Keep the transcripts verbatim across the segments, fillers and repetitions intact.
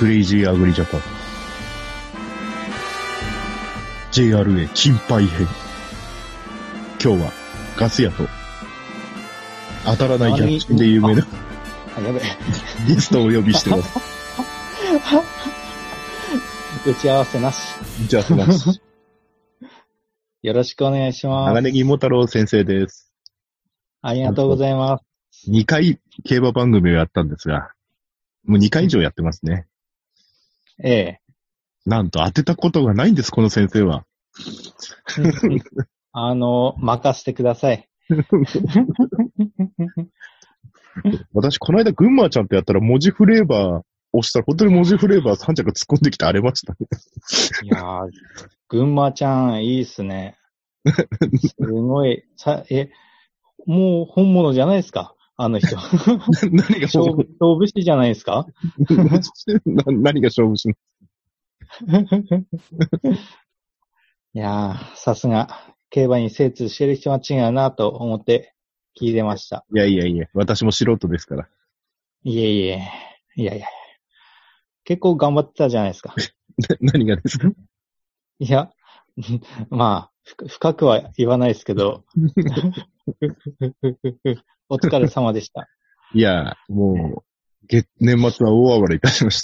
クレイジーアグリジャパン ジェイアールエー 金杯編。今日はガス屋と当たらない逆転で有名なあ、やべえ。 ゲストをお呼びしてます。 打ち合わせなし。 打ち合わせなし。 よろしくお願いします。 長ネギ芋太郎先生です。 ありがとうございます。 にかい競馬番組をやったんですが、もうにかい以上やってますね。 ええ。 なんと当てたことがないんです、この先生は。 あの、任せてください。 私、この間、群馬ちゃんとやったら文字フレーバー押したら、本当に文字フレーバーさん着突っ込んできて荒れましたね。 いやー、群馬ちゃん、いいっすね。すごい、さ、え、もう本物じゃないですか、あの人。 何が勝負、勝負師じゃないですかな何が勝負しますいやー、さすが、競馬に精通してる人は違うなと思って聞いてました。 いやいやいや、私も素人ですから。 いえいえ、いやいや。結構頑張ってたじゃないですか。 何がですか？ いや、まあ、ふ深くは言わないですけど、お疲れ様でした。 いや、もう、月年末は大暴れいたしました。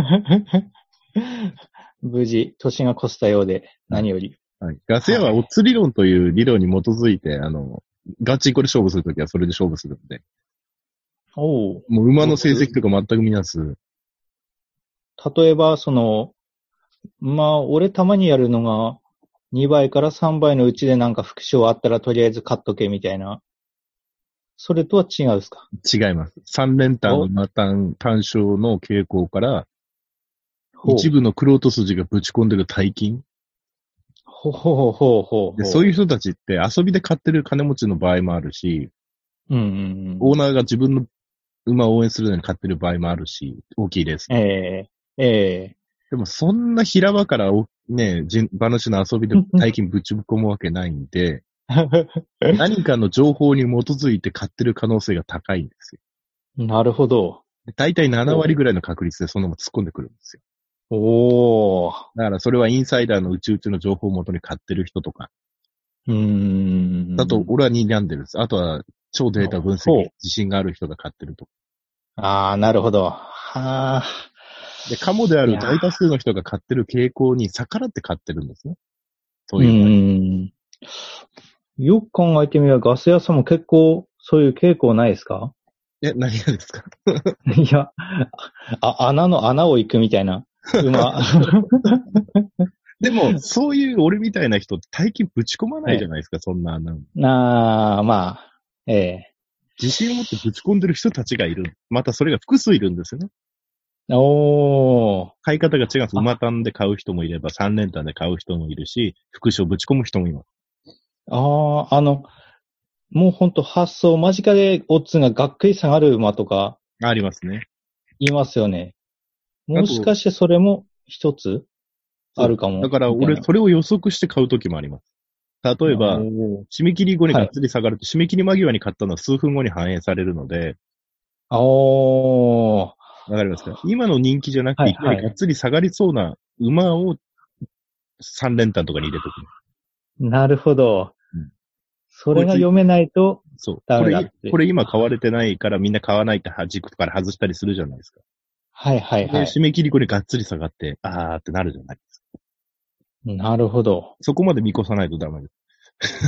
無事、年が越したようで、何より。 はい。ガス屋はオッズ理論という理論に基づいて、あの、ガチンコで勝負するときはそれで勝負するんで。 おう。 もう馬の成績とか全く見なす。 例えば、その、まあ、俺たまにやるのが、にばいからさんばいのうちでなんか副賞あったらとりあえず買っとけみたいな。それとは違うですか？ 違います。三連単、馬単、単勝の傾向から、一部のクロート筋がぶち込んでる大金。 ほほほほほで、そういう人たちって遊びで買ってる金持ちの場合もあるし、 うんうんうん、 オーナーが自分の馬を応援するのに買ってる場合もあるし、大きいレース。 ええー、ええー。 でもそんな平場からね、馬主の遊びで大金ぶち込むわけないんで、何かの情報に基づいて買ってる可能性が高いんですよ。なるほど。 だいたいななわりぐらいの確率でそのまま突っ込んでくるんですよ。 おー。 だからそれはインサイダーのうちうちの情報を元に買ってる人とか。 うーん。 だと、俺は睨んでるんです。あとは、超データ分析、自信がある人が買ってるとか。 ああ、なるほど。はあ。 で、カモである大多数の人が買ってる傾向に逆らって買ってるんですね。そういう。 うん。よく考えてみれば、ガス屋さんも結構、そういう傾向ないですか？ え、何がですか？ いや、あ、穴の穴を行くみたいな。馬。 でも、そういう俺みたいな人って大金ぶち込まないじゃないですか、ええ、そんな穴。 ああ、まあ、ええ。 自信を持ってぶち込んでる人たちがいる。またそれが複数いるんですよね。 おー。 買い方が違うんです。馬単で買う人もいれば、三連単で買う人もいるし、副賞ぶち込む人もいます。 ああ、あの、もうほんと発想間近でオッズががっくり下がる馬とか。 ありますね。 いますよね。もしかしてそれも一つあるかも。 だから俺、それを予測して買うときもあります。例えば、締め切り後にがっつり下がると、はい、締め切り間際に買ったのは数分後に反映されるので。 おー。 わかりますか？今の人気じゃなくて、いきなりがっつり下がりそうな馬を三連単とかに入れとく。 なるほど。うん、それが読めないとダメだって。 そう。これ、これ今買われてないからみんな買わないって軸から外したりするじゃないですか。 はいはいはい。 締め切り後にがっつり下がって、あーってなるじゃないですか。 なるほど。 そこまで見越さないとダメです。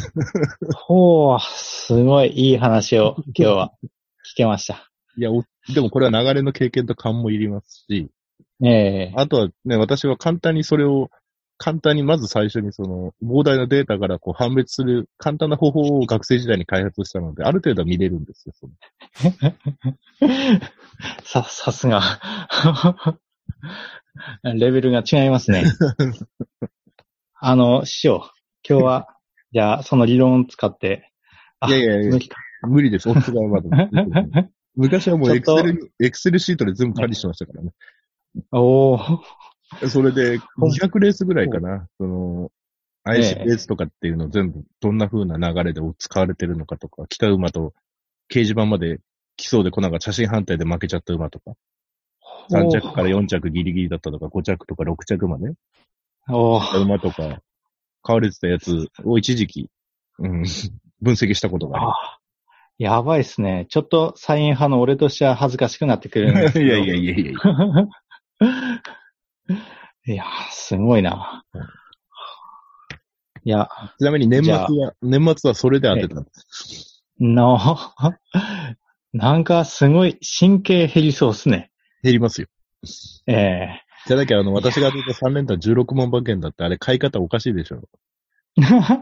ほー、すごいいい話を今日は聞けました。 いや、でもこれは流れの経験と勘もいりますし、 ええー。 あとはね、私は簡単にそれを、簡単にまず最初にその、膨大なデータからこう判別する簡単な方法を学生時代に開発したので、ある程度は見れるんですよ。 さ、さすが。レベルが違いますね。あの、師匠、今日は、じゃあ、その理論を使って。 いやいやいや、無理です。オッズがまだ。昔はもうエクセル、エクセルシートで全部管理してましたからね。 おー。 それで、にひゃくレースぐらいかな。その、アイシー レースとかっていうのを全部、どんな風な流れで使われてるのかとか、来た馬と掲示板まで来そうで来なかった写真判定で負けちゃった馬とか。 さん着からよん着ギリギリだったとか、ご着とかろく着まで、 おー馬とか、買われてたやつを一時期、うん、分析したことがありまあーやばいっすね。ちょっとサイン派の俺としては恥ずかしくなってくるんですす。 けど。 いやいやいやいやいや。 いやー、すごいな。いや、 ちなみに年末じゃあは、年末はそれで当てたんです。 の、なんかすごい神経減りそうっすね。 減りますよ。 ええじゃなきゃ、あの、私が当てたさん連単じゅうろくまん馬券だって、あれ買い方おかしいでしょ。 い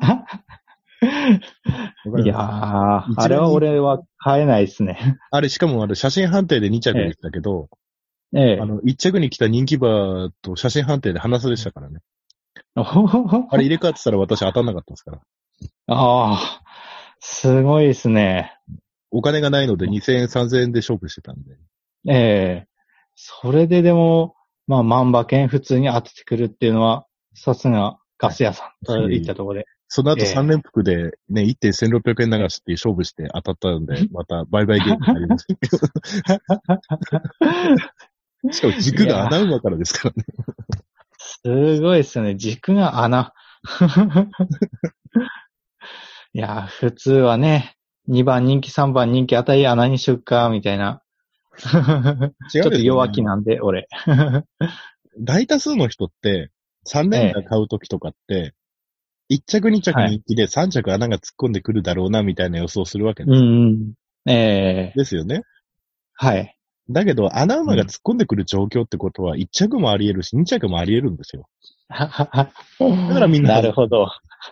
やー、あれは俺は買えないっすね。 あれ、しかもあれ、写真判定でに着でしたけど、 ええあの、いっ着に来た人気馬と写真判定で鼻差でしたからね。あれ入れ替わってたら私当たんなかったですから。 ああ、すごいですね。 お金がないのでにせんえん、さんぜんえんで勝負してたんで。 ええそれででも、まあ、万馬券普通に当ててくるっていうのは、さすがガス屋さんといったところで。 その後ええさん連複でね、いってんせんろっぴゃくえん流しっていう勝負して当たったんで、また売買ゲームになりましたけど。しかも軸が穴馬からですからね。 すごいですよね。軸が穴。いや、普通はね、にばん人気、さんばん人気あたり穴にしよっか、みたいな。ちょっと弱気なんで、俺。 大多数の人って、さん連単買うときとかって、いっ着に着人気でさん着穴が突っ込んでくるだろうな、みたいな予想するわけです。 うんうん。ええですよね。 はい。 だけど、穴馬が突っ込んでくる状況ってことは、いっ着もあり得るし、に着もあり得るんですよ。 だからみんななるほど。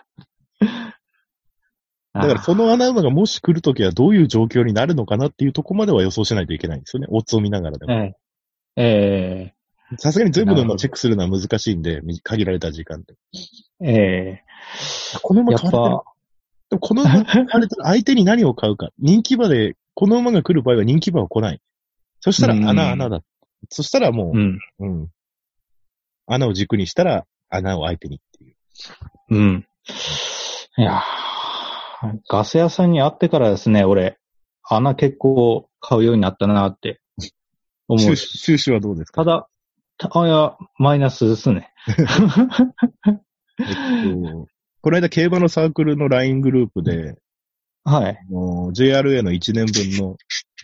だからその穴馬がもし来るときはどういう状況になるのかなっていうところまでは予想しないといけないんですよね。オッズを見ながらでも。 えええさすがに全部の馬チェックするのは難しいんで、限られた時間で。 えええこの馬やっ買われてる。 ぱ、 でもこの馬買われてる相手に何を買うか。人気馬で、この馬が来る場合は人気馬は来ない。そしたら穴穴だ。そしたらもう、 うん。 うん。穴を軸にしたら穴を相手にっていう。 うん。いやーガス屋さんに会ってからですね、俺、穴結構買うようになったなって思う。 収支、収支はどうですか？ ただ、たあいや、マイナスですね。 えっと、この間競馬のサークルの ライン グループで、 はい。 あの ジェイアールエー のいちねんぶんの、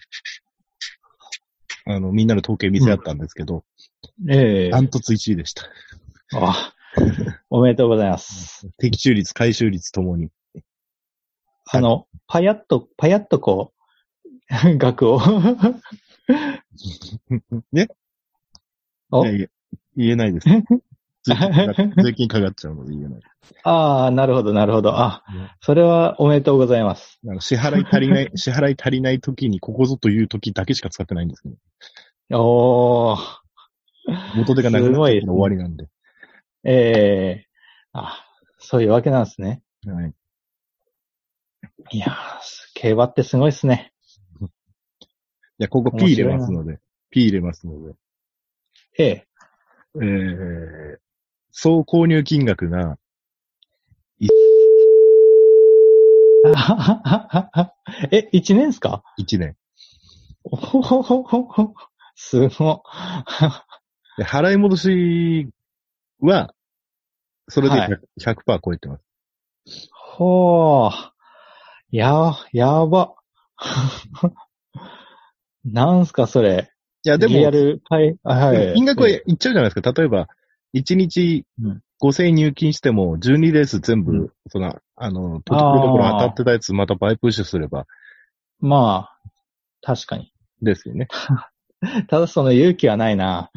あの、みんなの統計見せ合ったんですけど、 ええダントツいちいでした。 あ、おめでとうございます。 的中率、回収率ともに。 あの、パヤッと、パヤッとこう、額を。 ねおいやいや、言えないです。税金かか税金かかっちゃうので言えない。 ああ、なるほど、なるほど。あ、 ねそれはおめでとうございます。 なんか支払い足りない、支払い足りない時にここぞという時だけしか使ってないんですね。 おー。 元手がなくなっちゃったら終わりなんで。 ええあ、そういうわけなんですね。 はい。 いやー、競馬ってすごいですね。 いや、ここ P 入れますので、P 入れますので。 ええ。 えー、総購入金額が、 え、一年ですか？ いちねん。 おほほほほほ。すごで払い戻しは、それで ひゃく,、 はいひゃくパーセント超えてます。 ほー。や、やば。なんすか、それ。 いや、でも、 リアル、はい、はでもい。 金額はいっちゃうじゃないですか。例えば、いちにちごせんえん入金しても、じゅうにレース全部、 うんその、あの、ところどころ当たってたやつまた倍プッシュすれば、 まあ、確かに。 ですよね。 ただその勇気はないな。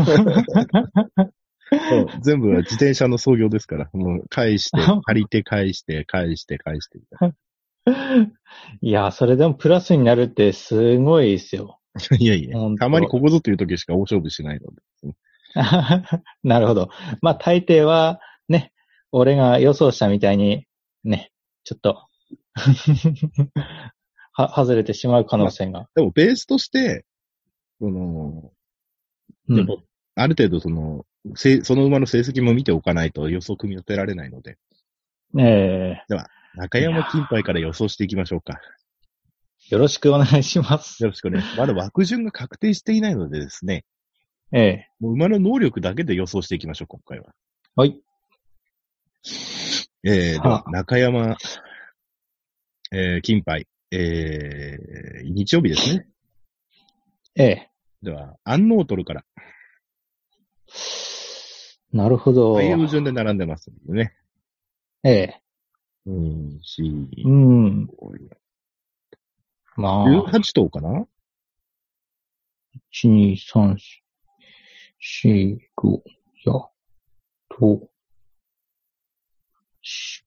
そう全部は自転車の創業ですから、もう返して、借りて返して、返して、返してみたいいや、それでもプラスになるってすごいですよ。 な。いやいやほん、とたまにここぞという時しか大勝負しないので。 なるほど。まあ大抵はね、俺が予想したみたいにね、ちょっとは、外れてしまう可能性が。 でもベースとして、その、 うん、 ある程度その、せその馬の成績も見ておかないと予想組み立てられないので。 ええでは、中山金杯から予想していきましょうか。 よろしくお願いします。 よろしくね。まだ枠順が確定していないのでですね。 ええ。 もう馬の能力だけで予想していきましょう、今回は。 はい。 えー、ではさ、あ、 中山、えー、金杯、えー、日曜日ですね。 ええ。 では、安納取るから。 なるほど。 いう順で並んでますんでね。 ええ。 うん、 うん。まあ、 じゅうはち頭かないち、に、さん、よん、ご、や、と、し、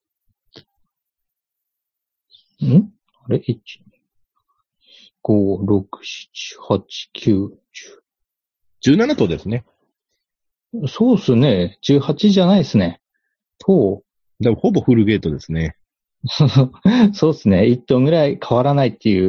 んあれ ?いち、ご、ろく、なな、はち、きゅう、 じゅうなな頭ですね。 じゅう。そうっすね。じゅうはちじゃないですね。と、 でもほぼフルゲートですね。 そうっすね。いっ頭ぐらい変わらないっていう。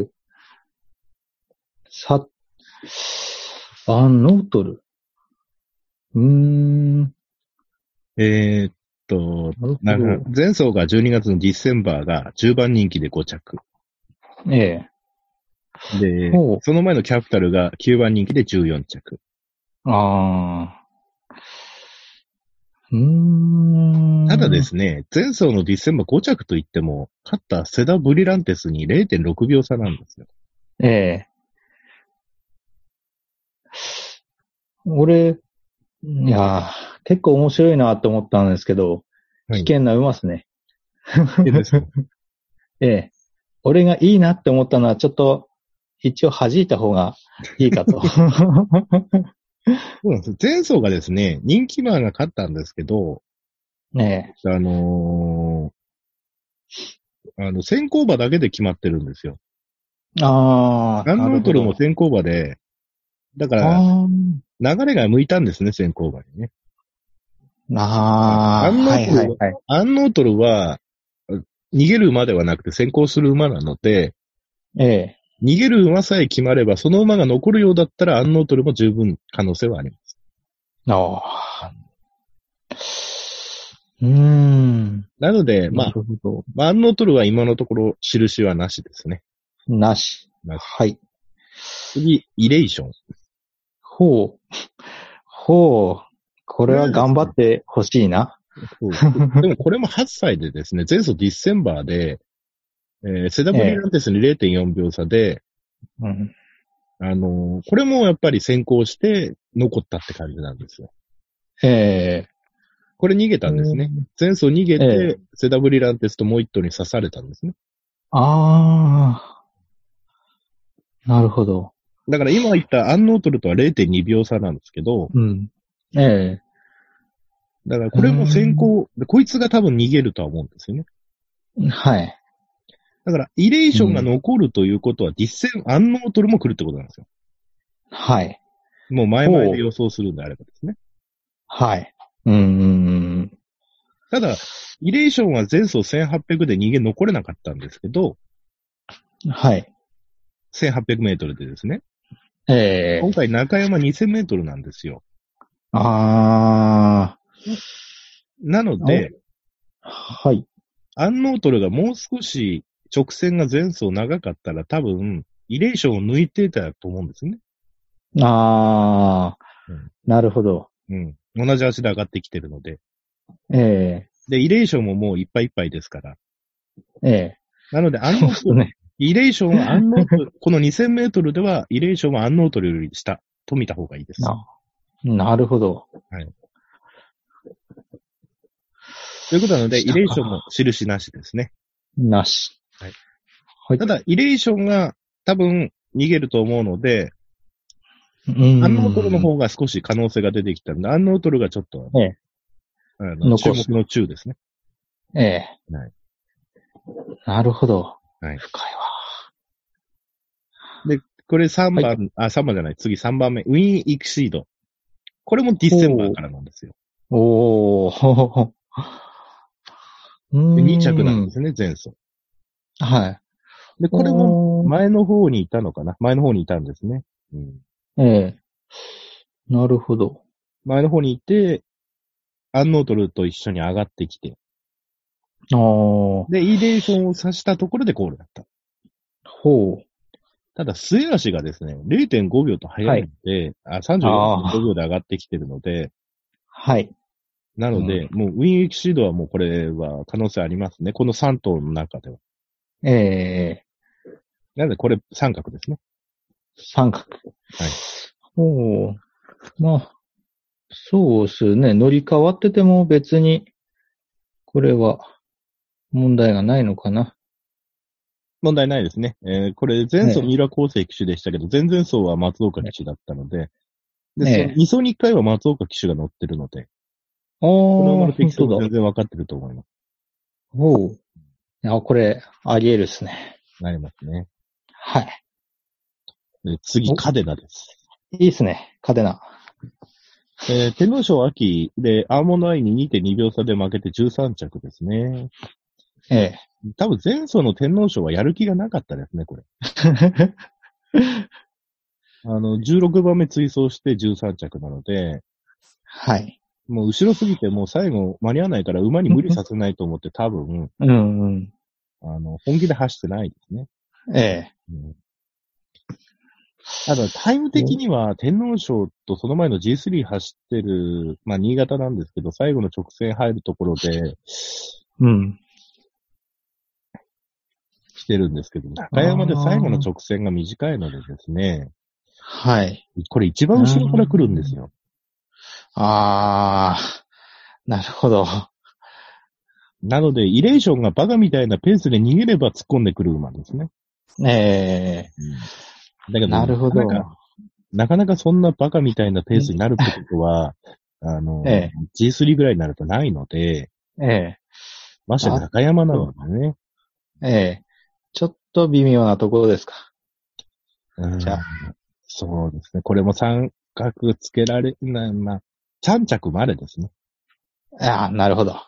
さ、あ、ノートル。うーん。 えー、っと、 なるなんかほ前走がじゅうにがつのディセンバーがじゅうばん人気でご着。 ど。ええ。 でほう、 その前のキャピタルがきゅうばん人気でじゅうよん着。 ああ。うーん。 ただですね、前走のディセンバーご着といっても、勝ったセダブリランテスに れいてんろくびょう差なんですよ。 ええ。俺、いやー、結構面白いなって思ったんですけど、 はい。 危険な馬っすね。 えですかええ。俺がいいなって思ったのは、ちょっと、一応弾いた方がいいかと。 そうなんです。前走がですね、人気馬が勝ったんですけど、 ねあのー、あの、先行馬だけで決まってるんですよ。 え。ああ、 アンなるほど。 ノートルも先行馬で、だから、 あ流れが向いたんですね、先行馬にね。 あ、ああ、 アンノはートルは、 いはいはい。 アンノートルは、逃げる馬ではなくて先行する馬なので、 ええ。 逃げる馬さえ決まれば、その馬が残るようだったら、アンノートルも十分可能性はあります。 ああ。うーん。 なので、まなあ、 るほど。 まあアンノートルは今のところ印はなしですね。 なし。 なし。 はい。 次、イレーション。 ほう。ほう。これは頑張ってほしいな。 そうでもこれもはっさいでですね、前走ディセンバーで、えー、セダブリランテスに れいてんよんびょう差で、 うん、 あのーこれもやっぱり先行して残ったって感じなんですよ。 ええこれ逃げたんですね。前走逃げえて、セダブリランテスともう一頭に刺されたんですね。 ああ、なるほど。 だから今言ったアンノートルとは れいてんにびょう差なんですけど、 うん。ええだからこれも先行、でこいつが多分逃げるとは思うんですよね。 はい。 だから、イレーションが残るということは、ディッセン、アンノートルも来るってことなんですよ。 はい。 もう前々で予想するんであればですね。 はい。うんうんただ、イレーションは前走せんはっぴゃくで逃げ残れなかったんですけど、 うん。はい。 せんはっぴゃくメートルでですね。 ええ今回中山にせんメートルなんですよ。 ああ、 なので、 はい。 アンノートルがもう少し直線が前走長かったら多分、イレーションを抜いてたと思うんですね。 ああ、 うん。 なるほど。 うん。同じ足で上がってきてるので。 ええで、イレーションももういっぱいいっぱいですから。 ええなので、アンノートル、 そうですね。 イレーションはアンノートル、このにせんメートルでは、イレーションはアンノートルより下と見た方がいいです。 な、なるほど。 はい。ということなので、イレーションも印なしですね。 なし。 はい。 はい。 ただ、イレーションが多分逃げると思うので、 うんアンノートルの方が少し可能性が出てきたので、アンノートルがちょっと、 ええあの注残す目の中ですね。 ええはい。 なるほど。 はい。 深いわ。 で、これさんばん、 はあ、さんばんじゃない、次さんばんめ、ウィン・イクシード。これもディッセンバーからなんですよ。 おー。うーんでに着なんですね、前走。 はい。 で、これも前の方にいたのかな前の方にいたんですね。うん、 ええなるほど。 前の方にいて、アンノートルと一緒に上がってきて、 ああ、 で、イーレーションを刺したところでゴールだった。 ほう。 ただ、末足がですね、れいてんごびょうと速いので、あ、さんじゅうよんてんごびょうで上がってきてるので、 はい。 なので、うん、もうウィンエキシードはもうこれは可能性ありますね。このさん頭の中では。 ええー。 なので、これ三角ですね。 三角。はい。おー。まあ、そうですね。乗り換わってても別に、これは問題がないのかな。 問題ないですね。えー、これ前走三浦康生騎手でしたけど、前々走は松岡騎手だったので、で、そのに走にいっかいは松岡騎手が乗ってるので、この馬の適性も全然分かってると思います。 おう。あ、これ、あり得るですね。 なりますね。 はい。 で次、カデナです。 いいですね、カデナ。 えー、天皇賞秋で、アーモンドアイに にてんにびょう差で負けてじゅうさん着ですね。 ええ。 多分前走の天皇賞はやる気がなかったですね、これ。あの、じゅうろくばんめ追走してじゅうさん着なので、 はい。 もう後ろすぎてもう最後間に合わないから馬に無理させないと思って多分、 うんうん、 あの、本気で走ってないですね。 ええ。 うん、ただタイム的には天皇賞とその前の ジースリー 走ってる、まあ新潟なんですけど、最後の直線入るところで、 うん。 来てるんですけど、中山で最後の直線が短いのでですね。 はい。 これ一番後ろから来るんですよ。 ああ、なるほど。 なので、イレーションがバカみたいなペースで逃げれば突っ込んでくる馬ですね。 ええー。うん、だけど、 なるほど。 なかなか、なかなかそんなバカみたいなペースになるってことは、あの、ええ、ジースリー ぐらいになるとないので、 ええ。 まして中山なのでね。 ええ。ちょっと微妙なところですか。 うん、じゃあ。そうですね。これも三角つけられない、まあ、さん着までですね。 ああ、なるほど。はい。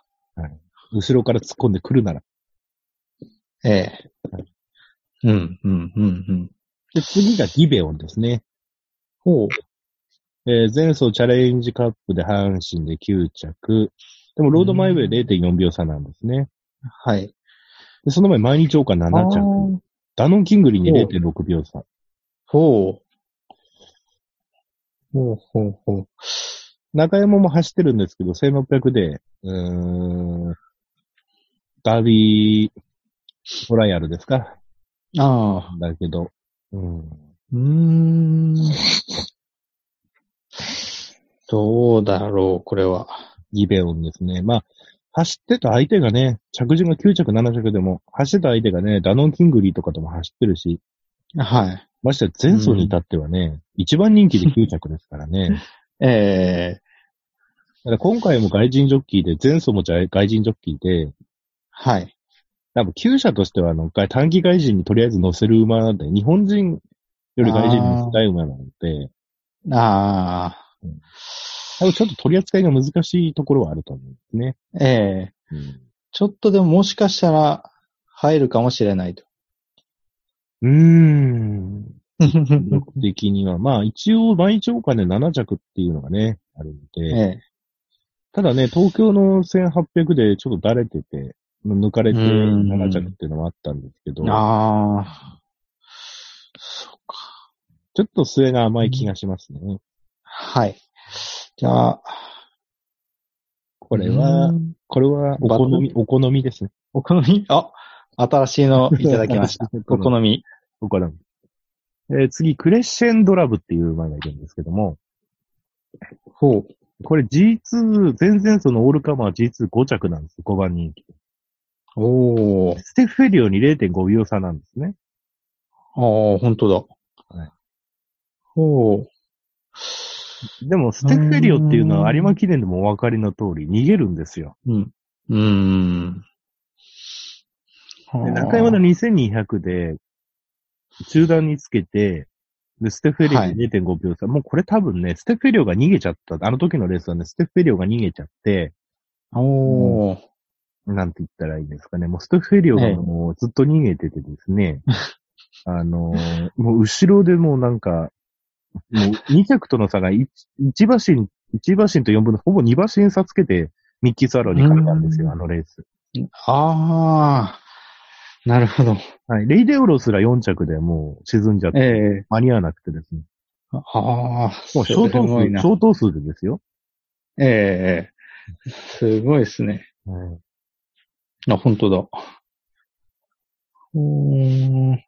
後ろから突っ込んでくるなら。 ええ。はい、うん、うん、うん、うん。 で、次がギベオンですね。 ほう。 えー、前走チャレンジカップで阪神できゅう着。でもロードマイウェイ れいてんよんびょう差なんですね。 はい。 で、その前毎日王冠なな着。ダノンキングリーに れいてんろくびょう差。 ほう。ほうほうほう。 中山も走ってるんですけど、せんろっぴゃくで、うーん、ダービートライアルですか。 ああ。 だけど、うん。 うーん。どうだろう、これは。 ギベオンですね。まあ、走ってた相手がね、着順がきゅう着、なな着でも、走ってた相手がね、ダノンキングリーとかとも走ってるし。 はい。 まして前走に至ってはね、うん、一番人気できゅう着ですからね。 ええー。だから今回も外人ジョッキーで、前走も外人ジョッキーで、 はい。 多分、厩舎としては、あの、短期外人にとりあえず乗せる馬なんで、日本人より外人に乗せたい馬なので、 ああ、うん。 多分ちょっと取り扱いが難しいところはあると思うんですね。 ええーうん。ちょっとでももしかしたら入るかもしれないと。 うーん。魅力的には。まあ一応毎日お金なな着っていうのがね、あるんで。ええ、ただね、東京のせんはっぴゃくでちょっとだれてて、抜かれてなな着っていうのもあったんですけど。ああ。 そうか。 ちょっと末が甘い気がしますね。うん、 はい。じゃあ、 これは、これはお好み、お好みですね。 お好みあ、新しいのいただきました。お好み。 お好み。えー、次、クレッシェンドラブっていう馬がいるんですけども。ほう。これ ジーツー、前々走のオールカマー ジーツーご 着なんです。ごばん人気。おー。ステフェリオに れいてんごびょう差なんですね。 ああ、本当だ。はい。ほう。 でも、ステフェリオっていうのは有馬記念でもお分かりの通り逃げるんですよ。 うん。うーん。 で中山のにせんにひゃくで、中段につけて、で、ステフェリオに れいてんごびょう差、はい。もうこれ多分ね、ステフェリオが逃げちゃった。あの時のレースはね、ステフェリオが逃げちゃって、おー。なんて言ったらいいですかね。もうステフェリオがもうずっと逃げててですね、あのー、もう後ろでもうなんか、もうに着との差が 1, 1馬身、いち馬身とよんぶんのほぼに馬身差つけてミッキー・スワローに勝ったんですよ、あのレース。 ああ、 なるほど。 はい。レイデオロすらよん着でもう沈んじゃって、 ええ間に合わなくてですね。 ああ、 もうす小等数、 ごいな。 小等数でですよ。 ええすごいですね。 はい。 あ、本当だ。うーん。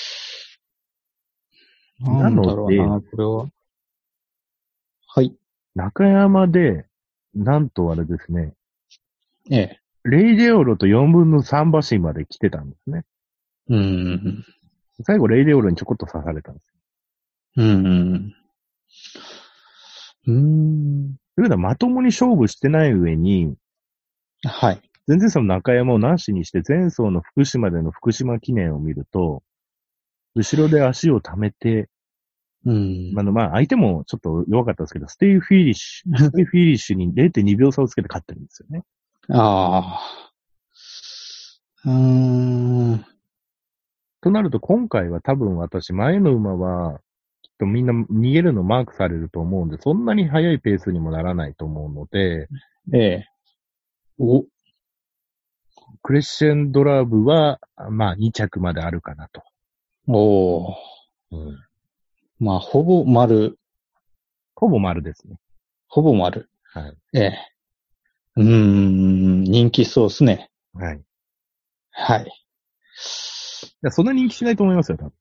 ななんだので、 ろうな、これは。はい。 中山で、なんとあれですね、 ええ。 レイデオロとよんぶんのさん馬身まで来てたんですね。 うーん。 最後レイデオロにちょこっと刺されたんです。 うーん。うーん。 ということはまともに勝負してない上に、 はい。 全然その中山をなしにして前走の福島での福島記念を見ると、後ろで足を溜めて、 うーん。 あの、まあ、相手もちょっと弱かったですけど、ステイフィリッシュ、ステイフィリッシュに れいてんにびょう差をつけて勝ってるんですよね。 ああ。うーん。 となると今回は多分私、前の馬は、きっとみんな逃げるのマークされると思うんで、そんなに速いペースにもならないと思うので、 ええ。お、 クレッシェンドラブは、まあに着まであるかなと。 おー。 うん、 まあ、ほぼ丸、 ほぼ丸ですね。 ほぼ丸。 はい。 ええ。うーん、人気そうですね。 はい。 はい。 いやそんな人気しないと思いますよ、多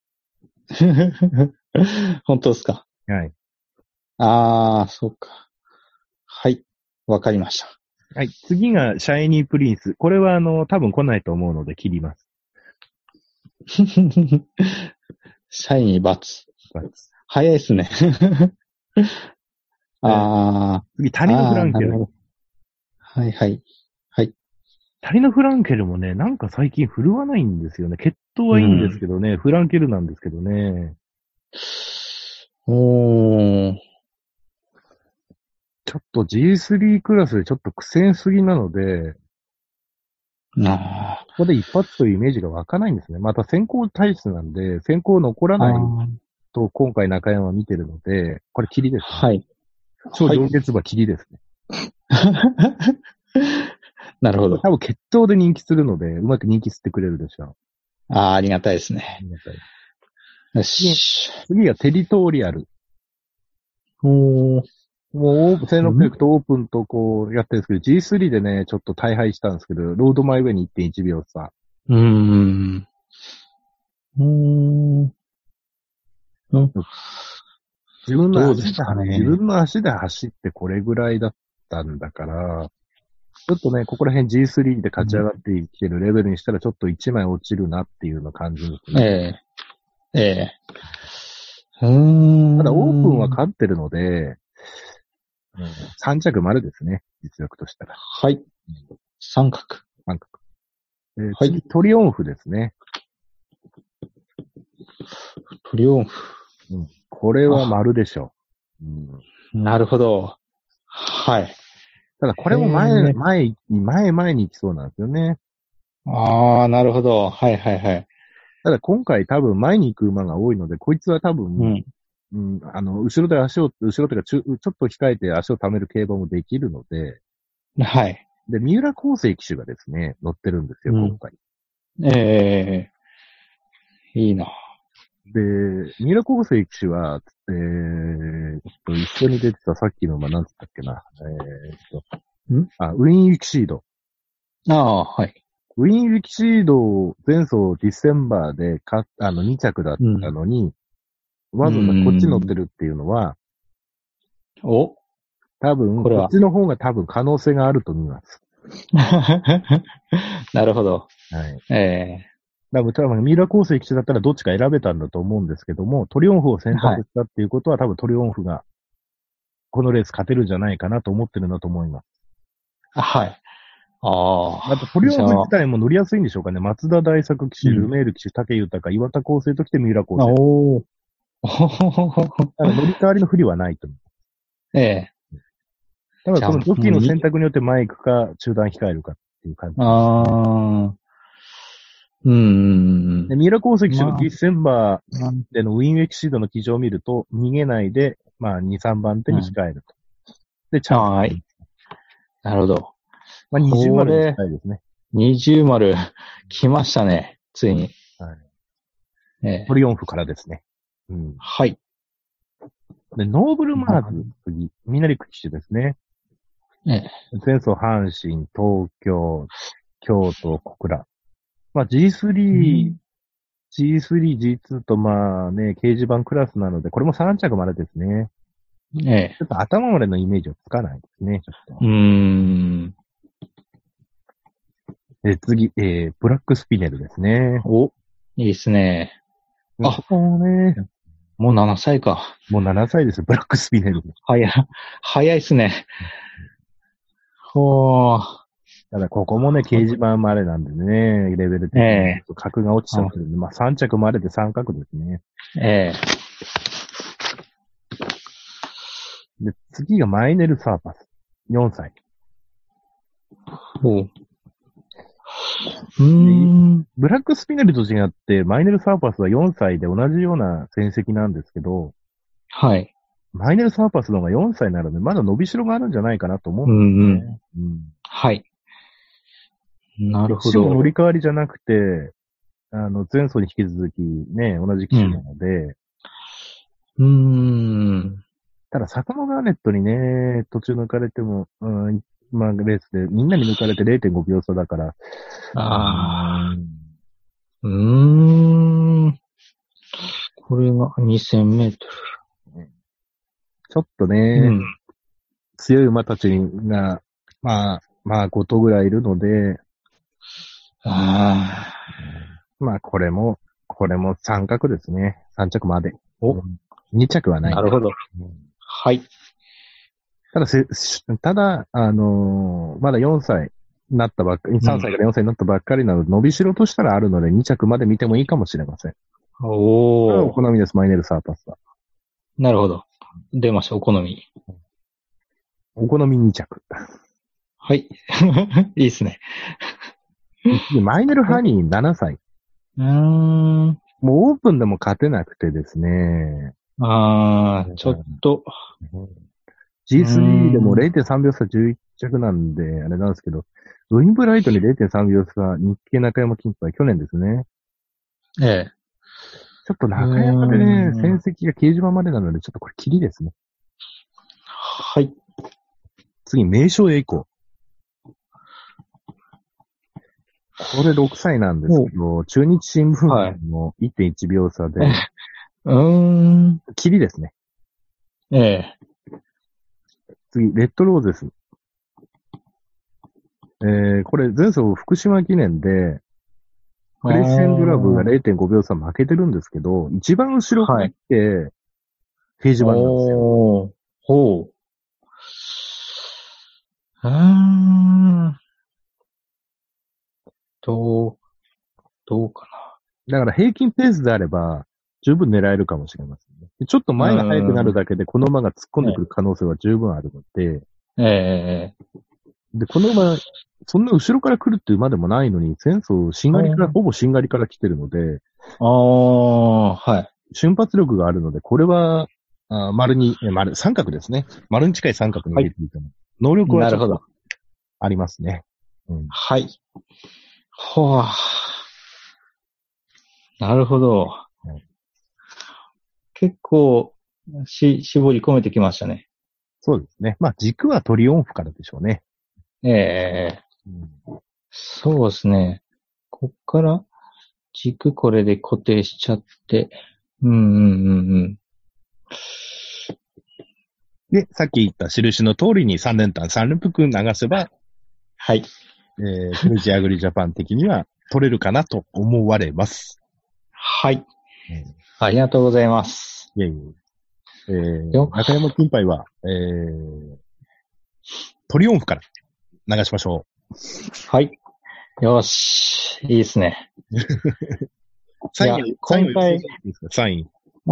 本当ですか。 分。はい。 ああ、そうか。はい。わかりました。 はい。次が、シャイニープリンス。これは、あの、多分来ないと思うので切ります。 シャイニーバツ。 バツ早いですね。あ次、 あ。 タリノ・フラああ、 ンケル。 なるほど。はいはい。はい。 タリノ・フランケルもね、なんか最近振るわないんですよね。血統はいいんですけどね、フランケルなんですけどね。 おー。 ちょっと ジースリー クラスでちょっと苦戦すぎなので、 あここで一発というイメージが湧かないんですね。また先行体質なんで、先行残らあ。 ないあと今回中山は見てるので、これ霧ですね。 はい。 超はい上月馬霧ですね。 なるほど。 多分血統で人気するので、うまく人気吸ってくれるでしょう。 ああ、ありがたいですあね。 りがたい。 よし。 次がテリトーリアル。 おー。 もう、せんろっぴゃくとオープンとこうやってるんですけど、ジースリー でね、ちょっと大敗したんですけど、ロードマイウェイに いってんいちびょう差。 うーん。うーん。 自分のどう足で、 ですかね。 自分の足で走ってこれぐらいだったんだから、ちょっとね、ここら辺 ジースリー で勝ち上がってきてるレベルにしたらちょっといちまい落ちるなっていうような感じですね。 ええ。ええ。うーん。 ただオープンは勝ってるので、うん、さん着丸ですね。実力としたら。 はい。三角。 三角。えーはい次、トリオンフですね。 トリオンフ。 うん、これは丸でしょう。うん、 なるほど。はい。 ただこれもへ前、 ー前、前、前に行きそうなんですよね。 ああ、なるほど。はいはいはい。 ただ今回多分前に行く馬が多いので、こいつは多分、 うん。 うん、あの、後ろで足を、後ろというかちょ、ちょっと控えて足を溜める競馬もできるので、 はい。 で、三浦康生騎手がですね、乗ってるんですよ、 うん今回。 ええいいな。 で、三浦康生騎手は、えーっと、一緒に出てたさっきの馬、なんつったっけな。えーっと、 んあ、ウィン・ウィキシード。 ああ、はい。 ウィン・ウィキシードを前走ディセンバーでか、あの、に着だったのに、わざわざこっち乗ってるっていうのは、 お多分、 これはこっちの方が多分可能性があると見ます。 なるほど。 はい。 ええだから多分、三浦康生騎手だったらどっちか選べたんだと思うんですけども、トリオンフを選択したっていうことは、多分トリオンフが、このレース勝てるんじゃないかなと思ってるんだと思います。 はい。ああ。 あと、トリオンじゃあフ自体も乗りやすいんでしょうかね。松田大作騎手、 うんルメール騎手、竹豊、岩田康生ときて三浦康生。 おー。 だから乗り換わりの不利はないと思う。 ええ。 ただ、そのジョッキーの選択によって前行くか、中断控えるかっていう感じ、ね。 ああ。うん。 で、三浦康生騎手のまあディセンバーでのウィンウェキシードの騎乗を見ると、逃げないで、まあ、に、さんばん手に控えると。で、チャンス。 はい。なるほど。 まあ、にじゅうまでこれ近いですね。 二重丸、来ましたね。ついに。 はい。 ええ、 トリオンフからですね。うん。 はい。 で、ノーブルマーズ、次、みなりく騎手ですね。 ええ。 前走、阪神、東京、京都、小倉。まあ ジースリー、うん、ジースリー、ジーツー とまあね、掲示板クラスなので、これもさん着までですね。 ええ。 ちょっと頭までのイメージはつかないですね、ちょっと。 うーん。 で、次、えー、ブラックスピネルですね。 お、いいですね。 あ、もうね、 もうななさいか。 もうななさいです、ブラックスピネル。 早い、早いっすね。ほー。 ただ、ここもね、掲示板までなんでね、レベル的に、 ええ、 格が落ちちゃってるんで、まあさん着まででさん角ですね。 ええ。 で、次がマイネル・サーパス。よんさい。 ほう。うーん。 ブラックスピネルと違って、マイネル・サーパスはよんさいで同じような戦績なんですけど、 はい。 マイネル・サーパスの方がよんさいなので、まだ伸びしろがあるんじゃないかなと思うんですね。うん、うん、 はい。なるほど。 ど。 乗り換わりじゃなくて、あの、前走に引き続きね、同じ機種なので、 うん、うーん。 ただ、坂本ガーネットにね、途中抜かれても、うん、まあ、レースでみんなに抜かれて れいてんごびょう差だから。 ああ。うーん。これがにせんメートル。 ちょっとね、うん、強い馬たちが、まあ、まあご頭ぐらいいるので、 あまあこれも、これもさん角ですね。さん着まで。お、に着はない。 なるほど。うん、はい。 ただせ、ただ、あのー、まだよんさいになったばっかり、さんさいからよんさいになったばっかりなので、伸びしろとしたらあるので、に着まで見てもいいかもしれません。 おー。 お好みです、マイネル・サーパスは。 なるほど。出ました、お好み。 お好みに着。 はい。いいですね。 マイネル・ハニーななさい。 うーん。もうオープンでも勝てなくてですね。 あー、ちょっと。 ジースリー でも れいてんさんびょう差じゅういち着なんで、あれなんですけど、ウィンブライトに れいてんさんびょう差、日経中山金杯、去年ですね。 ええ。 ちょっと中山でね、戦績が掲示板までなので、ちょっとこれキリですね。 はい。 次、名称栄光。これろくさいなんですけど、中日新聞の いってんいちびょう差で、 うーん。 キリですね。 ええ。 次、レッドローゼス。えー、これ前走福島記念で、クレッシェンドラブが れいてんごびょう差負けてるんですけど、一番後ろから来て、掲示板なんですよ。 おー。ほう。うーん。どう、どうかな。だから平均ペースであれば、十分狙えるかもしれませんね。ちょっと前が速くなるだけで、この馬が突っ込んでくる可能性は十分あるので、 ええー、で、この馬、そんな後ろから来るっていう馬でもないのに、前走、しんがりから、ほぼしんがりから来てるので、 ああ、はい。 瞬発力があるので、これは、あ丸に、丸、三角ですね。丸に近い三角に入れていたの、はい。能力はちょっとありますね。 うん、はい。ほわ。なるほど。はい、結構、し、絞り込めてきましたね。 そうですね。まあ、軸はトリオンフからでしょうね。 ええーうん、そうですね。こっから、軸これで固定しちゃって、うんうんうんうん。 で、さっき言った印の通りにさん連単さんループくん流せば、 はい。 えー、クレイジーアグリジャパン的には取れるかなと思われます。 はい。うん、ありがとうございます。 いえいえ。えー、中山金杯は、えー、トリオンフから流しましょう。はい。よし。いいですね。 サイン、 今回、 サイン。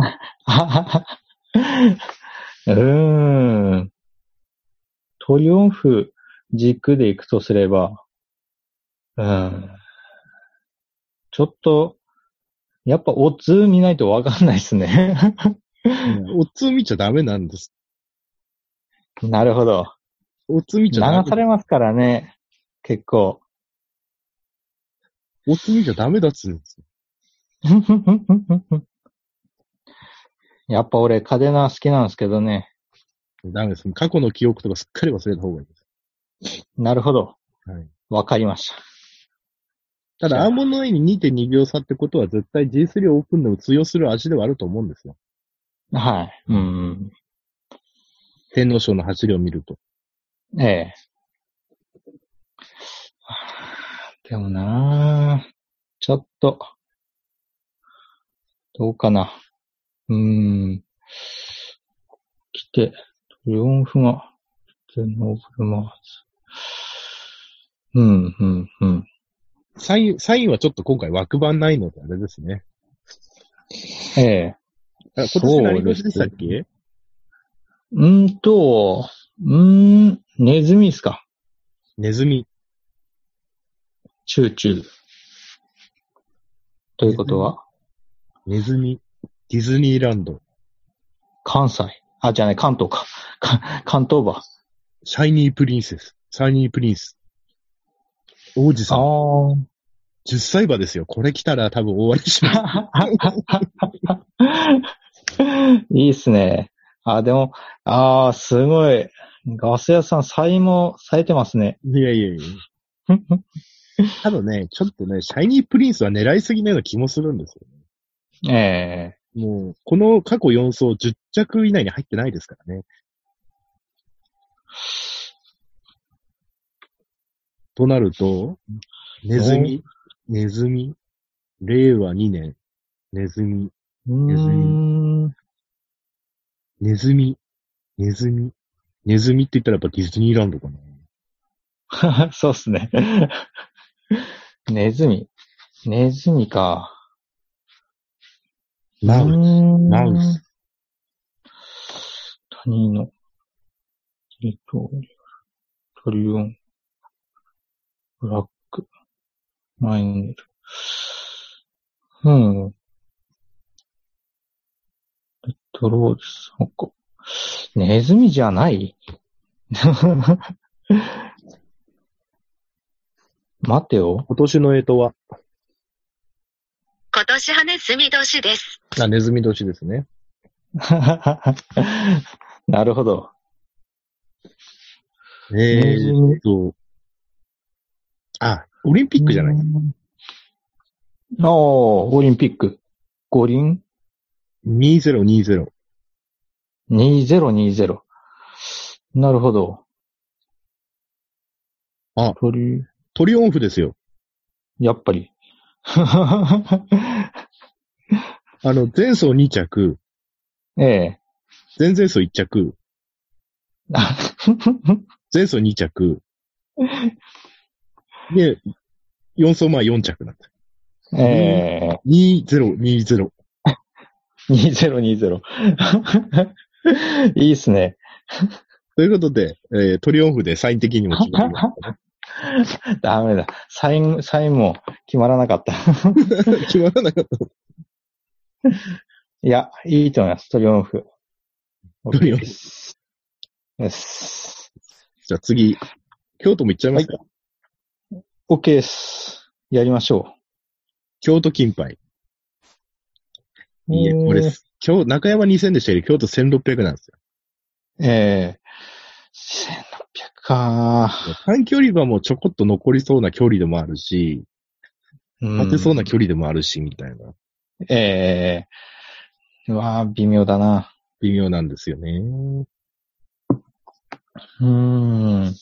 うーん。トリオンフ軸でいくとすれば、うん。ちょっと、やっぱオッズ見ないとわかんないですね。 オッズ見ちゃダメなんです。 なるほど。 オッズ見ちゃダメ。 流されますからね。結構。 おつみじゃダメだっつうんですやっぱ俺、カデナ好きなんですけどね。 よ。ダメです。過去の記憶とかすっかり忘れた方がいいです。 なるほど。 はい。 わかりました。 ただ、アーモンドアイに にてんに 秒差ってことは絶対 ジースリー オープンでも通用する味ではあると思うんですよ。 はい。うん。 天皇賞の走りを見ると。 ええ。でもなぁ、ちょっと、どうかな。うーん。来て、トリオンフが、来て、ノーブルマーズ。うん、うん、うん。 サイン、サインはちょっと今回枠番ないのであれですね。 ええ。 あ、今年何年でしたっけ？ うーんと、うーん、ネズミですか。 ネズミ。 チューチュー。ということはネズミ。ディズニーランド。 関西。あ、じゃない、関東か。か関東場。 シャイニープリンセス。シャイニープリンス。王子さん。 ああ。 じゅっさい馬ですよ。これ来たら多分終わりします。 いいっすね。あ、でも、ああ、すごい。ガス屋さん、サインもされてますね。 いやいやいや。ただね、ちょっとね、シャイニープリンスは狙いすぎなような気もするんですよね。ええー。もう、この過去よん走じゅっ着以内に入ってないですからね。となると、ネズミ、ネズミ、れいわにねん、ネズミ、ネズミ、ネズミ、ネズミ、ネズミって言ったらやっぱディズニーランドかな。そうっすね。ネズミ。ネズミか。 マウス、マウス。 他人の、リトリトリオン、ブラック、マイネル。うん。レッドローズ、そっか。ネズミじゃない待てよ。 今年の干支は今年はネズミ年です。 あ、ネズミ年ですね。 なるほど。 えーっと、あ、オリンピックじゃない。 ああ、オリンピック。五輪にせんにじゅう。 にせんにじゅう。なるほど。 あ、 トリ、 トリオンフですよ。 やっぱり。 あの、前走に着。 ええ。 前々走いっ着。前走に着。で、よん走前よん着なんだ。 ええ。 にせんにじゅう。 にせんにじゅう。いいっすね。 ということで、えー、トリオンフでサイン的にも決まりましたね。 ダメだ。サイン、サインも決まらなかった。 決まらなかった。 いや、いいと思います。トリオンフ。 トリオンフ。 よし。 じゃあ次、京都も行っちゃいますか。はい、 OK ですし。やりましょう。 京都金杯。いえ、これ、今日、中山にせんでしたけど、京都せんろっぴゃくなんですよ。 ええー。せんろっぴゃくか。 短距離馬もちょこっと残りそうな距離でもあるし、当てそうな距離でもあるし、みたいな。 ええー。うわぁ、微妙だな。 微妙なんですよね。 うーん。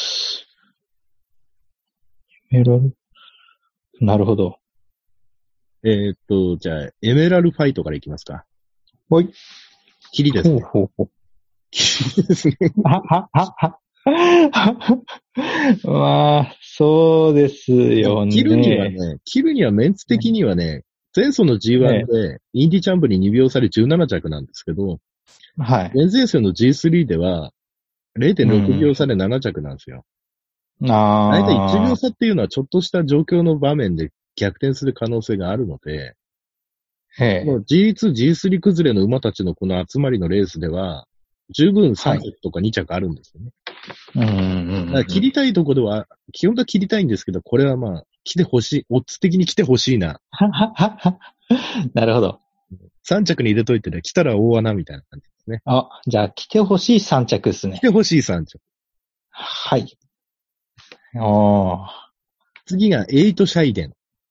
エメラルなるほど。 えー、っと、じゃあ、エメラルファイトからいきますか。 ほい。 霧ですね。 ほうほうほう。 霧ですね。 はははは。まあ、そうですよね。 切るにはね、切るにはメンツ的にはね、前走の ジーワン で、インディチャンブリーにびょう差でじゅうなな着なんですけど、 はい。 前々走の ジースリー では、れいてんろくびょう差でなな着なんですよ。 ああ。 だいたいいちびょう差っていうのはちょっとした状況の場面で逆転する可能性があるので、 へえ。 もう ジーツー、ジースリー 崩れの馬たちのこの集まりのレースでは、 十分さん着とかに着あるんですよね。 うんうんうん。 だから切りたいところでは、基本は切りたいんですけど、これはまあ、来てほしい、オッズ的に来てほしいな。 なるほど。 さん着に入れといてね、来たら大穴みたいな感じですね。 あ、じゃあ来てほしいさん着ですね。 来てほしいさん着。 はい。おー。 次がエイトシャイデン。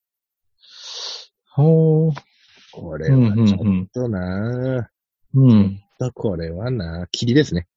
おー。 これはちょっとなぁ。 うん。 とこれはなぁ。霧ですね。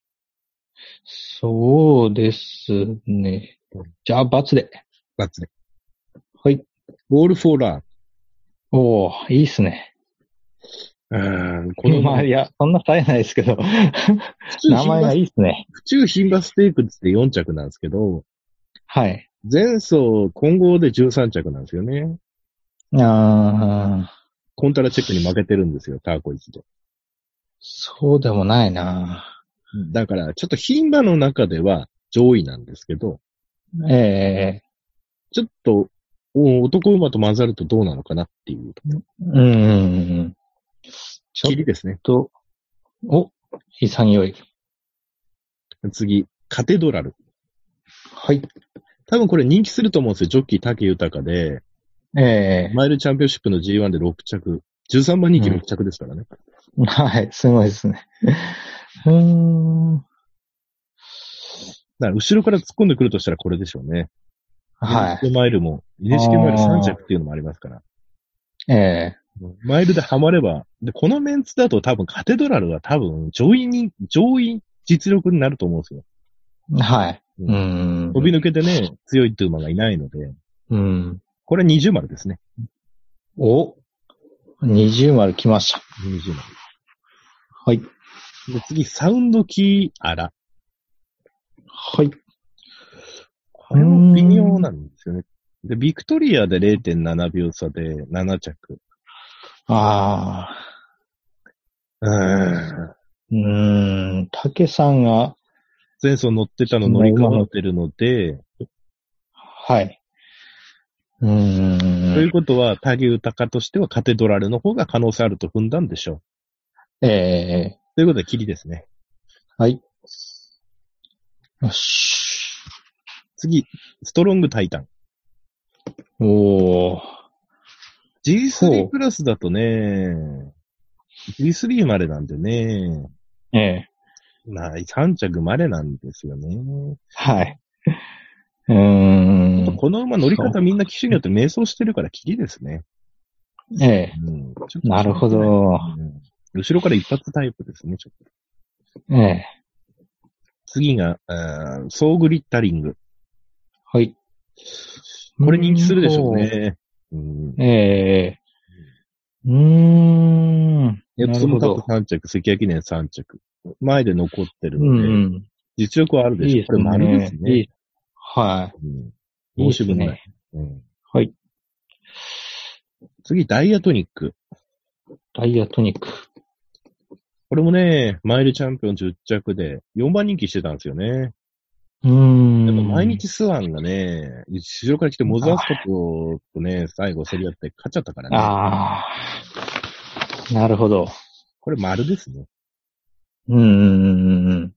そうですね。じゃあ、×で。 バツで。 はい。 オールフォーラー。 おー、いいっすね。 うーん、この、 まあ、いや、そんな冴えないですけど。名前がいいっすね。 府中牝馬ステークスでよん着なんですけど、 はい。 前走混合でじゅうさん着なんですよね。 あー、 コンタラチェックに負けてるんですよ、ターコイズで。 そうでもないな。 だから、ちょっと牝馬の中では上位なんですけど、 ええちょっと、お男馬と混ざるとどうなのかなっていう。 うんうんうん。ちょっ霧ですね。 と、お、潔い。 次、カテドラル。 はい。 多分これ人気すると思うんですよ。ジョッキー竹豊で、 ええマイルチャンピオンシップの ジーワン でろく着。じゅうさんばん人気ろく着ですからね。 はい、すごいですね。うーん。 だから後ろから突っ込んでくるとしたらこれでしょうね。 はエヌエイチケー マイルも、エヌエイチケー マイルさん着っていうのもありますから。 い。ええマイルでハマれば、で、このメンツだと多分カテドラルは多分上位に、上位実力になると思うんですよ。 はい。 ううん。 飛び抜けてね、強いって馬がいないので、 うん。 これは二重丸ですね。 お、二重丸来ました。 二重丸。 はい。 で、次、サウンドキーアラ。 はい。 これも微妙なんですよね。で、ビクトリアで れいてんななびょう差でなな着。 ああ。 うーん。 うーん。竹さんが、 前走乗ってたの乗り換わってるので、 はい。うーん。 ということは、竹豊としてはカテドラルの方が可能性あると踏んだんでしょええう。ということで、霧ですね。 はい。よし。 次、ストロングタイタン。 おー。 ジースリー クラスだとね、ジースリー までなんでね、 ええまあ、さん着までなんですよね。 はい。うーん。 この馬乗り方みんな機種によって迷走してるから霧ですね。 ええうん、ちょっとなるほど。 うん後ろから一発タイプですね、ちょっと。 ええ次が、あーソーグリッタリング。 はい。 これ人気するでしょうね。うん、 ええうーん。 エプソムカップなるほど。 さん着、関谷記念さん着。前で残ってるうので、 ん。 実力はあるでしょう。 いいですね。 これ丸ですね。 いい。はうん、 い。いい申し分ない。 ですね。 うん、 はい。 次、ダイヤトニック。 ダイヤトニック。 これもね、マイルチャンピオンじゅっ着でよんばん人気してたんですよね。 うーん。 でも毎日スワンがね、後ろから来てモザースコットとね、最後競り合って勝っちゃったからね。 ああ。なるほど。 これ丸ですね。 うーん。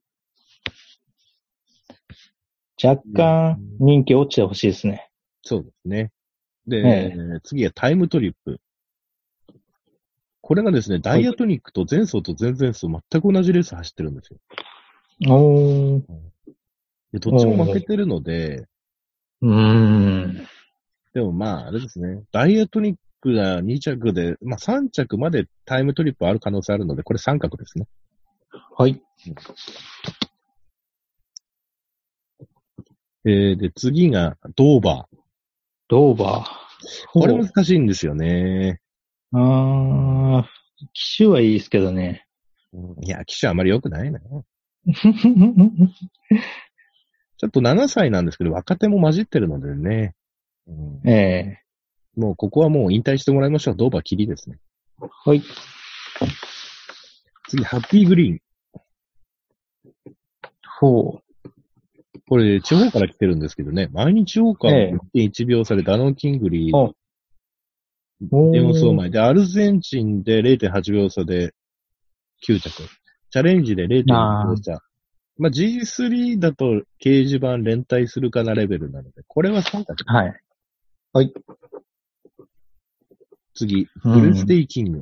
若干人気落ちてほしいですね。 そうですね。で、 え次はタイムトリップ。これがですね、ダイヤトニックと前走と前々走全く同じレース走ってるんですよ。 おー。 でどっちも負けてるので、 うーん。 でもまあ、あれですね。ダイヤトニックがに着で、まあさん着までタイムトリップある可能性あるので、これ三角ですね。 はい。 えー、で、次がドーバー。 ドーバー。 これ難しいんですよね。 ああ、機種はいいですけどね。 うんいや、騎手あまり良くないな。ちょっとななさいなんですけど、若手も混じってるのでね。うんええもうここはもう引退してもらいましょう。ドーバーキリですね。 はい。 次、ハッピーグリーン。 ほこれ、地方から来てるんですけどね。毎日地方からええいってんいち 秒差でダノンキングリー、 おおよん走前で、アルゼンチンで れいてんはち 秒差できゅう着。 チャレンジで れいてんに 秒差。まあ、ジースリー だと掲示板連帯するかなレベルなので、これは参加します。 はい。はい。 次、ブレステイキング。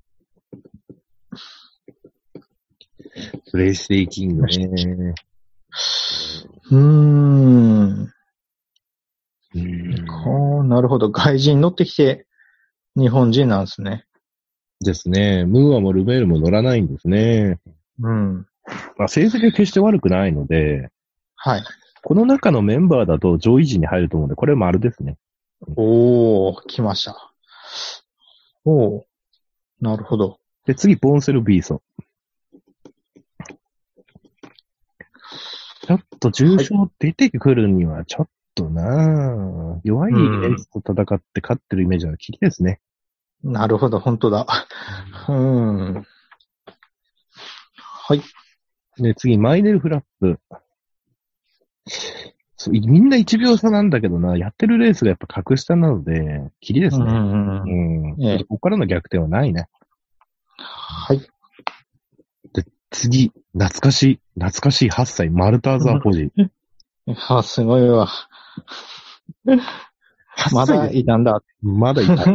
ブレステイキングね。 うーん。 うーんこう、なるほど。外人乗ってきて、日本人なんですね。 ですね。ムーアもルメールも乗らないんですね。 うん。 まあ、成績は決して悪くないので、 はい。 この中のメンバーだと上位陣に入ると思うんで、これ丸ですね。 おー、来ました。おー、なるほど。 で、次、ボンセル・ビーソ。ちょっと重賞出てくるにはちょっとなぁ。弱いエースと戦って勝ってるイメージはきりですね。 なるほど、本当だ。うーん。はい。 で、次、マイネル・フラップ。そうみんないちびょう差なんだけどな、やってるレースがやっぱ格下なので、きりですね。 うんうんうんうん。 ええここからの逆転はないね。 はい。 次、懐かしい、懐かしいはっさい、マルターザー・ポジ。 あ、すごいわ。まはっさいです。 だいたんだ。 まだいた。も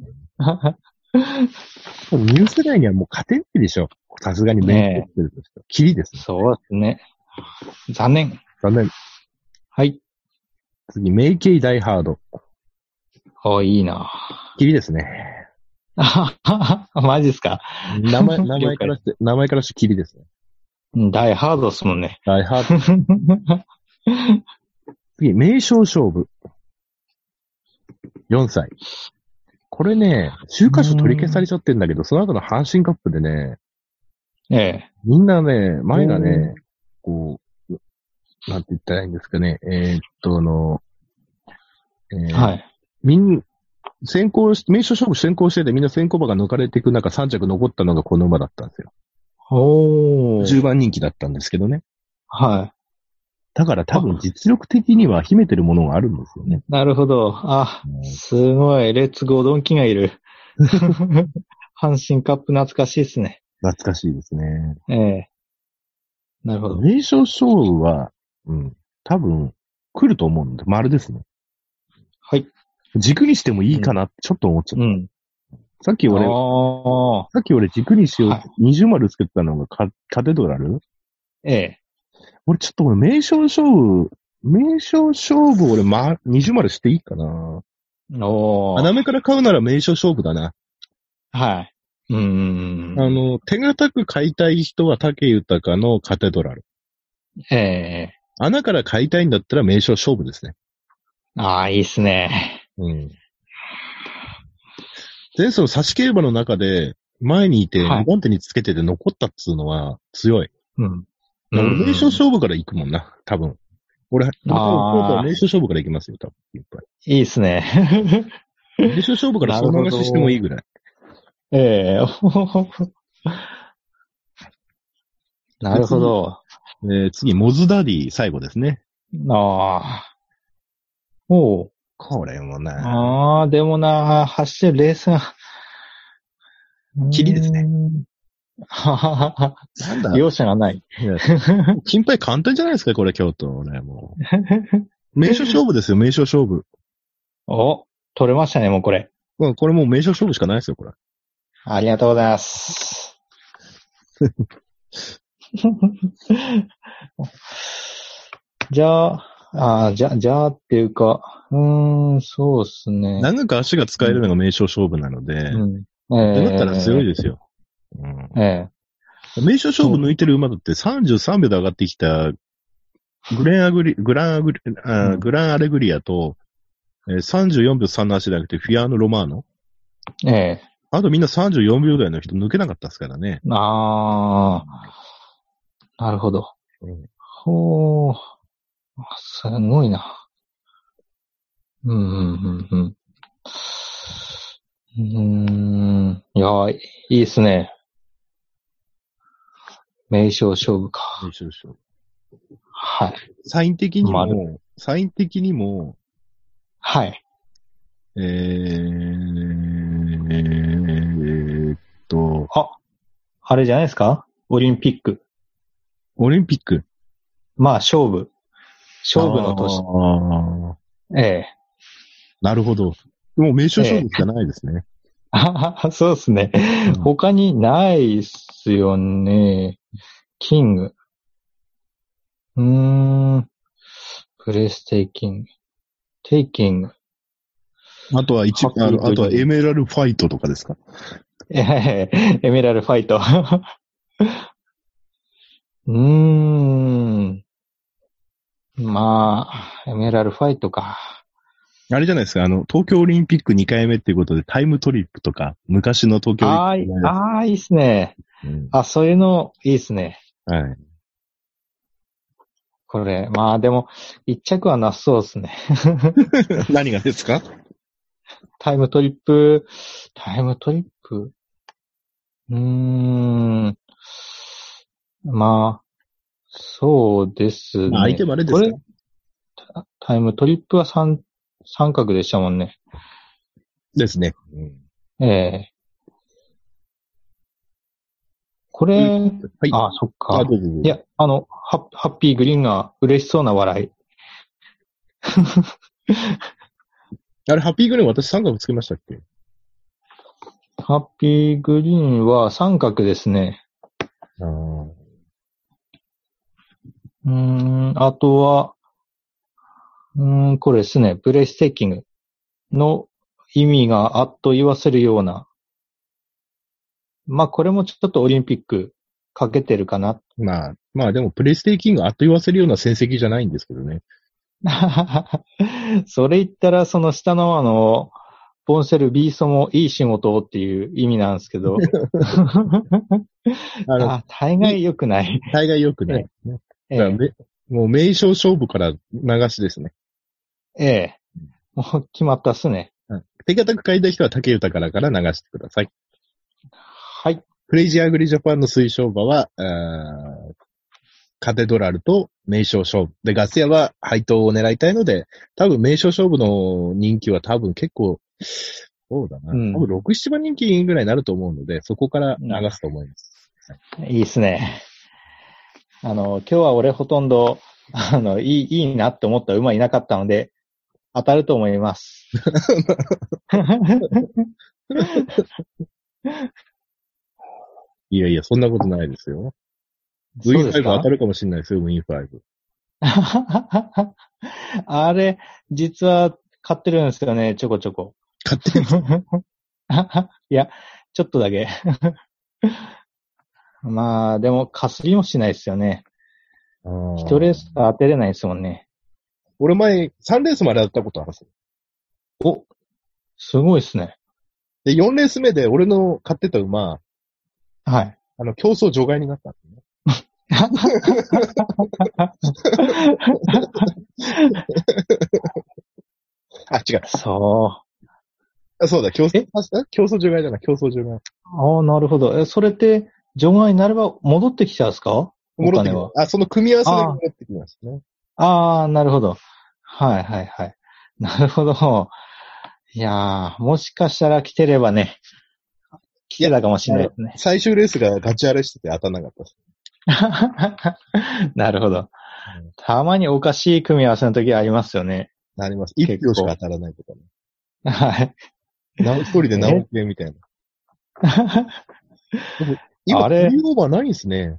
うニュー世代にはもう勝てないでしょ。さすがにメイン取ってるとして。きりですね。 そうですね。残念。 残念。 はい。 次、メイケイ・ダイ・ハード。 お、いいな。 きりですね。 あははマジっすか。 名前、名前からして、名前からしてきりですね。 大ハードっすもんね。 ダイ・ハード。次、名称勝負。よんさい。これね、週刊誌取り消されちゃってんだけど、その後の阪神カップでね、 ええ。 みんなね、前がね、こう、なんて言ったらいいんですかね、えーっと、あの、えーはい。 みん、先行し、名称勝負先行しててみんな先行馬が抜かれていく中さん着残ったのがこの馬だったんですよ。 おー。 じゅうばん人気だったんですけどね。 はだから多分実力的には秘めてるものがあるんですよね。 い。なるほど。あう、んすごい。レッツゴードンキがいる。阪神カップ懐かしいっすね。 懐かしいですね。 ええ。なるほど。 名称勝負は、うん、多分来ると思うんで、丸ですね。 はい。 軸にしてもいいかなってちょっと思っちゃった。 うん。 さっき俺、 ああ。 さっき俺軸にしよう、 はい二重丸つけてたのがカカテドラルええ。 俺ちょっと俺名称勝負、名称勝負俺ま、二重丸していいかなおー。 穴目から買うなら名称勝負だな。 はい。うーん。 あの、手堅く買いたい人は竹豊のカテドラル。 ええ。 穴から買いたいんだったら名称勝負ですね。 ああ、いいっすね。 うん。前走の差し競馬の中で、前にいて、 はいにばん手につけてて残ったっつうのは強い。 うん。 俺、名称うん勝負から行くもんな、多分。俺、俺多分、コートは名称勝負から行きますよ、多分。いっぱい。 いいっすね。 名称勝負からその流ししてもいいぐらい。 ええ。なるほど。 えー次、モズダディ、最後ですね。 ああ。おう。 これもな、 ああ、でもな、走ってるレースが。 キリですねうーん。はははは。 なんだ容赦がない。 いや心配簡単じゃないですか、これ、京都。ね、もう。名称勝負ですよ、名称勝負。 お、取れましたね、もうこれ。 うんこれもう名称勝負しかないですよ、これ。 ありがとうございます。じゃあ、あーじゃ、じゃあっていうか、うーん、そうっすね。 長く足が使えるのが名称勝負なので、 うん。 だったら強いでですよ。うんええ。 名称勝負抜いてる馬だってさんじゅうさんびょうで上がってきた、グレンアグリ、グランアグリ、あーうんグランアレグリアと、えーさんじゅうよんびょうさんの足じゃなくてフィアーノ・ロマーノ。 ええ。 あとみんなさんじゅうよんびょう台の人抜けなかったですからね。 ああ、なるほど。 うんほー。あすごいな。うん、うん、うん、うん。うーん。いやー、いいっすね。名称勝負か。 名称勝負。 はい。 サイン的に丸も、サイン的にも、 はい。 えー、えーっと、 あ、あれじゃないですか？ オリンピック。 オリンピック。 まあ、勝負。勝負の年。 ああ。 ええ。 なるほど。もう名称勝負しかないですね。 ああ、そうですね。 うん他にないっすよね。キング。うーん。プレステイキング。テイキング。 あとは一、 ハッピーあの、あとはグリーンエメラルファイトとかですか？ ええ、エメラルファイト。うーん。まあ、エメラルファイトか。 あれじゃないですか、あの、東京オリンピックにかいめっていうことでタイムトリップとか、昔の東京オリンああ、 ピックのやつ。 ああ、いいっすね。 うんあ、そういうのいいっすね。 はい。 これ、まあでも、一着はなさそうですね。 何がですか？ タイムトリップ、タイムトリップうーん。まあ、そうですね。 まあ、相手もあれですか？ これ、タタイムトリップは三、三角でしたもんね。 ですね。うん、 ええこれ、 はい。 あ、そっか。 あ、どうぞどうぞ。 いや、あの、ハハッピーグリーンが嬉しそうな笑い。 あれ、ハッピーグリーン私三角つけましたっけ？ ハッピーグリーンは三角ですね。 あーうーん、あとは、うーん、これですね。ブレステッキングの意味があっと言わせるような。まあ、これもちょっとオリンピックかけてるかな。 まあ、まあでも、プレイステーキングあっと言わせるような戦績じゃないんですけどね。 それ言ったら、その下のあの、ポンセルビーストもいい仕事をっていう意味なんですけど。 あの、 あ、大概良くない。 大概良くない、ね。 ええ、 だからめもう名称勝負から流しですね。 ええ、もう決まったっすね。 はい、手堅く買いたい人は竹豊からから流してください。 はい。 クレイジーアグリジャパンの推奨馬は、あーカテドラルと名称勝負。で、ガス屋は配当を狙いたいので、多分名称勝負の人気は多分結構、そうだな。 うん多分ろく、ななばん人気ぐらいになると思うので、そこから流すと思います。 いいっすね。あの、今日は俺ほとんど、あの、いい、いいなって思った馬いなかったので、当たると思います。 いやいや、そんなことないですよ。ウィンファイブ当たるかもしれないですよ、ウィンファイブ。 あれ、実は買ってるんですよね、ちょこちょこ。 買ってるいや、ちょっとだけ。まあ、でも、かすりもしないですよね。一レース当てれないですもんね。 俺前、さんレースまでやったことあるんですよ。 お、すごいですね。 で、よんレース目で俺の買ってた馬、 はい。 あの、競争除外になったんですね。あ、違う。 そあ、そうだ、競争え、 競争除外じゃない、競争除外。 う。ああ、なるほど。え、それって、除外になれば戻ってきちゃうんですか？お戻ってき金は。 た。あ、その組み合わせで戻ってきましたね。 ああ、なるほど。はいはいはい。なるほど。いやー、もしかしたら来てればね、来てたかもしれないですね。 最終レースがガチ荒れしてて当たんなかったです。 なるほど。 うん、 たまにおかしい組み合わせの時ありますよね。 なります。一票しか当たらないとかね。 はい。 な一人で何億円みたいな。でも今、 あれフリーオーバーないんですね。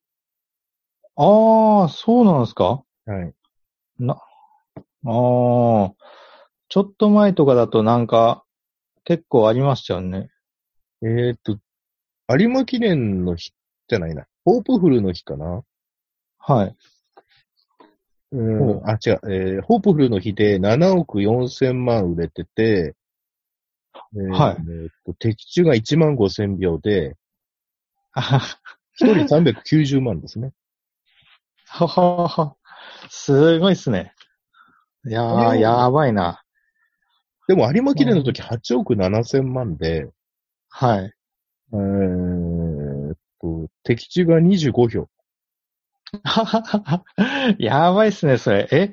ああ、そうなんですか？ はい。 な、ああ、ちょっと前とかだとなんか、結構ありましたよね。 えーっと、有馬記念の日じゃないな。ホープフルの日かな。 はい。 うん。あ、違う。えー、ホープフルの日でななおくよんせんまん売れてて、えー、 はい。 えーっと、的中がいちまんごせんびょうで、 あははひとりさんびゃくきゅうじゅうまんですね。 ははは。すごいっすね。いやー、やばいな。 でも有馬記念の時はちおくななせんまんで、 はい。 えーっと、的中がにじゅうごひょう。 ははははやばいっすね、それ。え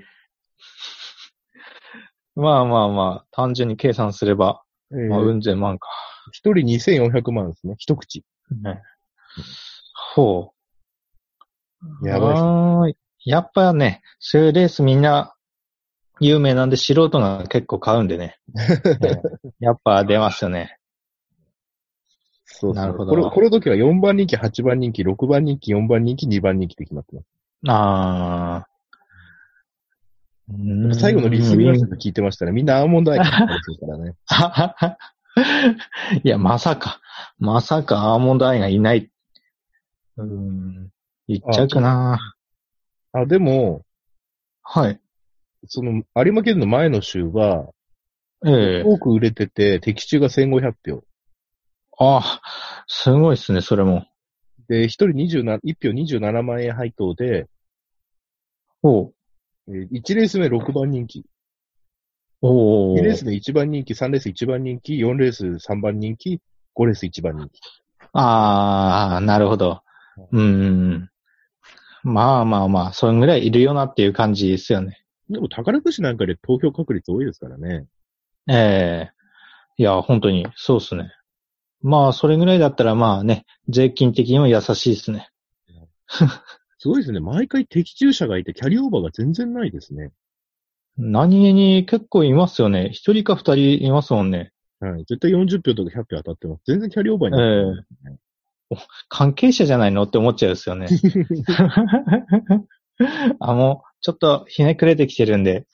まあまあまあ、単純に計算すれば、まあ、 えー、 うん千万か。 ひとりにせんよんひゃくまんですね。一口。 ね、 ほう。 やばいっすね。 あーやっぱね、そういうレースみんな有名なんで素人が結構買うんでね。ええやっぱ出ますよね。 そうそう。 なるほどこれ、この時はよんばん人気、はちばん人気、ろくばん人気、よんばん人気、にばん人気って決まってます。 ああ。うーん最後のリスニング聞いてましたね。みんなアーモンドアイ買ったりするからね。 いや、まさか、まさかアーモンドアイがいない。うーん。言っちゃうかな。 あ、でも、 はい。 その、有馬県の前の週は、 ええ多く売れてて、的中がせんごひゃくひょう。 ああ、すごいっすね、それも。 で、ひとりにじゅうなな、いち票にじゅうななまん円配当で、 おう。 えーいちレース目ろくばん人気。 おー。 にレース目いちばん人気、さんレースいちばん人気、よんレースさんばん人気、ごレースいちばん人気。 ああ、なるほど。うーん。まあまあまあ、それぐらいいるよなっていう感じですよね。 でも宝くじなんかで投票確率多いですからね。 ええいや、本当に、そうっすね。まあ、それぐらいだったらまあね、税金的にも優しいですね。 すごいですね。毎回的中者がいて、キャリーオーバーが全然ないですね。 何気に結構いますよね。一人か二人いますもんね。 はい。絶対よんじゅっ票とかひゃく票当たってます。全然キャリーオーバーになってないですね。 関係者じゃないのって思っちゃうですよね。あ、もう、ちょっとひねくれてきてるんで。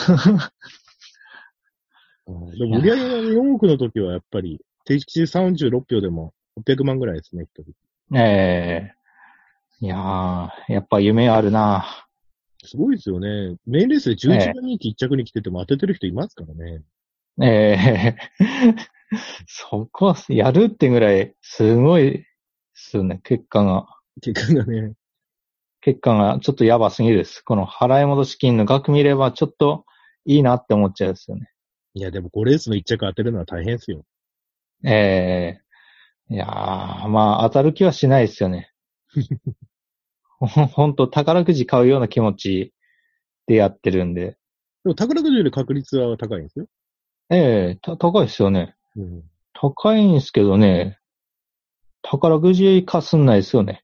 うんでも売り上げがよんおくの時はやっぱり、定期中さんじゅうろく票でもろっぴゃくまんぐらいですね、一人。 ええいやー、やっぱ夢あるな。 すごいですよね。メインレースでじゅういちえばん人気いっ着に来てても当ててる人いますからね。 ええそこ、やるってぐらい、すごいですよね、結果が。 結果がね。 結果がちょっとやばすぎるです。この払い戻し金の額見ればちょっといいなって思っちゃうんですよね。 いや、でもごレースのいっ着当てるのは大変ですよ。 ええいやー、まあ当たる気はしないですよね。ほほんと宝くじ買うような気持ちでやってるんで。 でも宝くじより確率は高いんですよ。 ええた高いですよね。 うん。 高いんですけどね、宝くじかすんないですよね。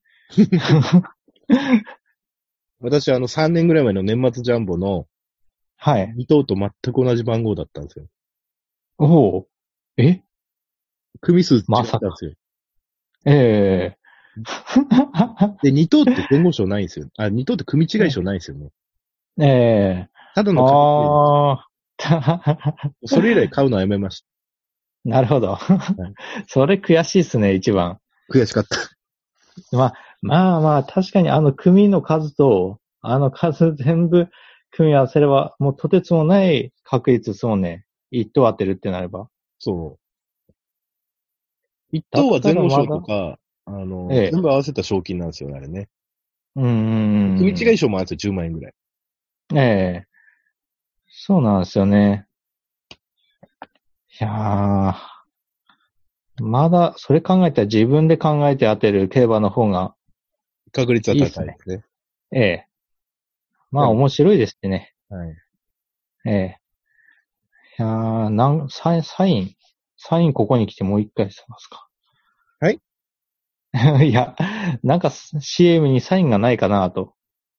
私、あの、さんねんぐらい前の年末ジャンボのはい。 に等と全く同じ番号だったんですよ。 おおえ組数違ったんまさかですよ。 ええで、に等って前後賞ないんですよ。あ、に等って組違い賞ないんですよね。 ええただの紙ああ。 それ以来買うのはやめましなるほど。それ悔しいっすね、一番。 た。悔しかった。 まあ、まあまあ、確かにあの組の数と、あの数全部組み合わせれば、もうとてつもない確率ですもんね。一等当てるってなれば。 そう。一等は前後賞とか、あの、 ええ全部合わせた賞金なんですよね、あれね。 うんうんうん。 組違い賞もあるんですよ、じゅうまん円ぐらい。 ええそうなんですよね。いやー、まだ、それ考えたら自分で考えて当てる競馬の方が、 確率は高いですいいっすね。 ええまあはい面白いですね。 はい。 ええいやー、なん、サイン、サイン、サインここに来てもう一回しますか。 はいいや、なんか シーエム にサインがないかなと。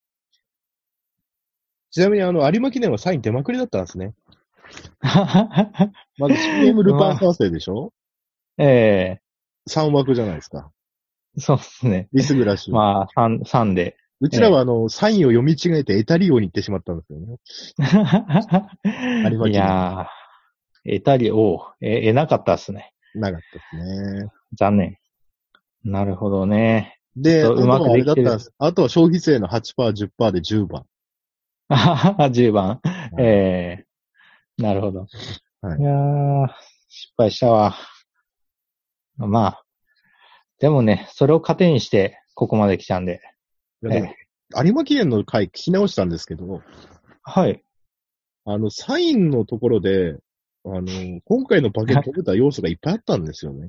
ちなみに、あの、有馬記念はサイン出まくりだったんですね。まず シーエム ルパン三世でしょ、 まあ、えさん枠じゃないですか。 えそうですね。 リスグラッシュ。 まあ、三、三で。 うちらはあの、サインを読み違えてエタリオに行ってしまったんですよね。有馬記念いやー、得たり、おう、え、得なかったっすね。 なかったですね。 残念。なるほどね。 で、あとちょっとうまくはあれできてるだったんです。あとは消費税の はちパーセント、じゅっパーセントでじゅうばん。 じゅうばん。 いええなるほど。 はいいやー、失敗したわ。まあ、でもね、それを糧にして、ここまで来たんで。 いやでも有馬記念の回聞き直したんですけど、 はい。 あの、サインのところで、あの、今回のパケット出た要素がいっぱいあったんですよね。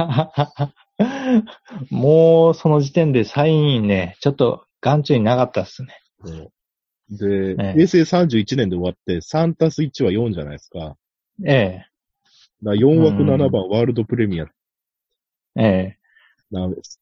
もう、その時点でサインね、ちょっと眼中になかったっすね。 で、 ええ平成さんじゅういちねんで終わって、さんたすいちはよんじゃないですか。 ええ、 だからよん枠ななばんワールドプレミアええ。 ダメです。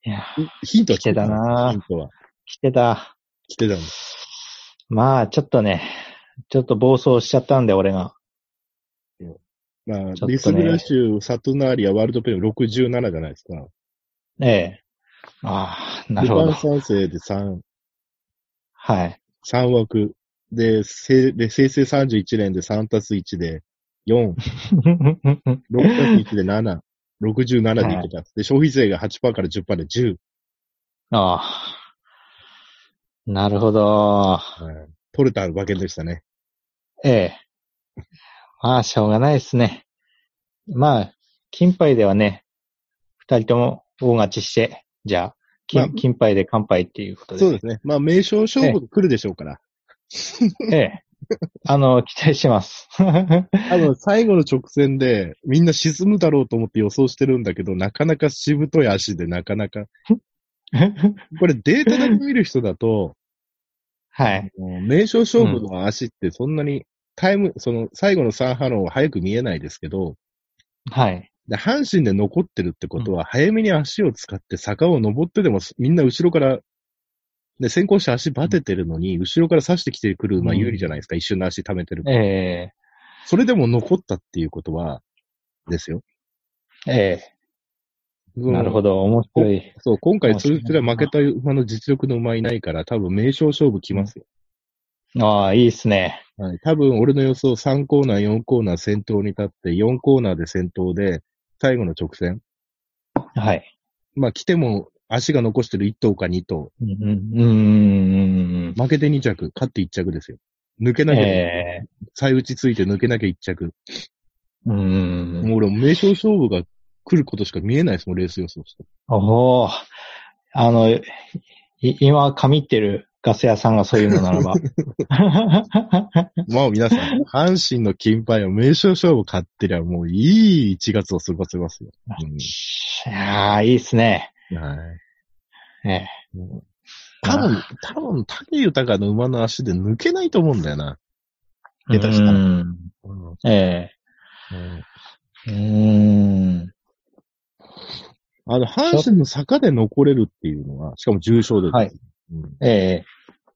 いや、 ヒントは来てたなヒントは。 来てた。 来てたんです。 まあ、ちょっとね、ちょっと暴走しちゃったんで、俺が。 まあ、 ちょっとねリスブラ州、サトナーリア、ワールドペイろくじゅうななじゃないですか。 ええ。ああ、なるほど。 ルパン三世でさん、 はい。 さん枠。で、せで生成さんじゅういちねんでさんたすいちでよん、ろくたすいちでなな、ろくじゅうななでいけた。で、消費税が はちパーセント から じゅっパーセント でじゅう。 ああ。なるほど。 はい、取れたわけでしたね。 ええ。まあ、しょうがないですね。まあ、金杯ではね、二人とも大勝ちして、じゃあ、金、 まあ金杯で乾杯っていうことで。 そうですね。まあ、名称勝負が来るでしょうから。 ええ。あの、期待してます。 多分、最後の直線で、みんな沈むだろうと思って予想してるんだけど、なかなかしぶとい足で、なかなか。これデータだけ見る人だと、 はい。 もう名称勝負の足ってそんなにタイム、その最後のさん波浪は早く見えないですけど、 はい。 で阪神で残ってるってことは、早めに足を使って坂を登ってでも、みんな後ろから、で、先行して足バテてるのに、後ろから刺してきてくる馬有利じゃないですか、一瞬の足溜めてる。 ええそれでも残ったっていうことは、ですよ。 ええなるほど、面白い。 そう、今回そ面白いれすら負けた馬の実力の馬いないから、多分名称勝負来ますよ。 ああ、いいっすね。 はい。多分俺の予想さんコーナー、よんコーナー先頭に立って、よんコーナーで先頭で、最後の直線。 はい。 まあ来ても足が残してるいっ頭かに頭。 うん、うん、うん。 負けてに着、勝っていっ着ですよ。抜けなきゃ、 ええ再打ちついて抜けなきゃいっ着。 うん。 もう俺、名称勝負が来ることしか見えないですもん、レース予想して。 おお、あの、い今、神ってるガス屋さんがそういうのならば。 まあ皆さん、阪神の金牌を名称勝負勝ってりゃもういいいちがつを過ごせますよ。 いやー、いいっすね。 うん、はい。 ええ、 多分、多分、武豊の馬の足で抜けないと思うんだよな。下手したら。 うんうんええうん、 うーん。 あの、阪神の坂で残れるっていうのは、しかも重賞で。 はい。 うん、だかええ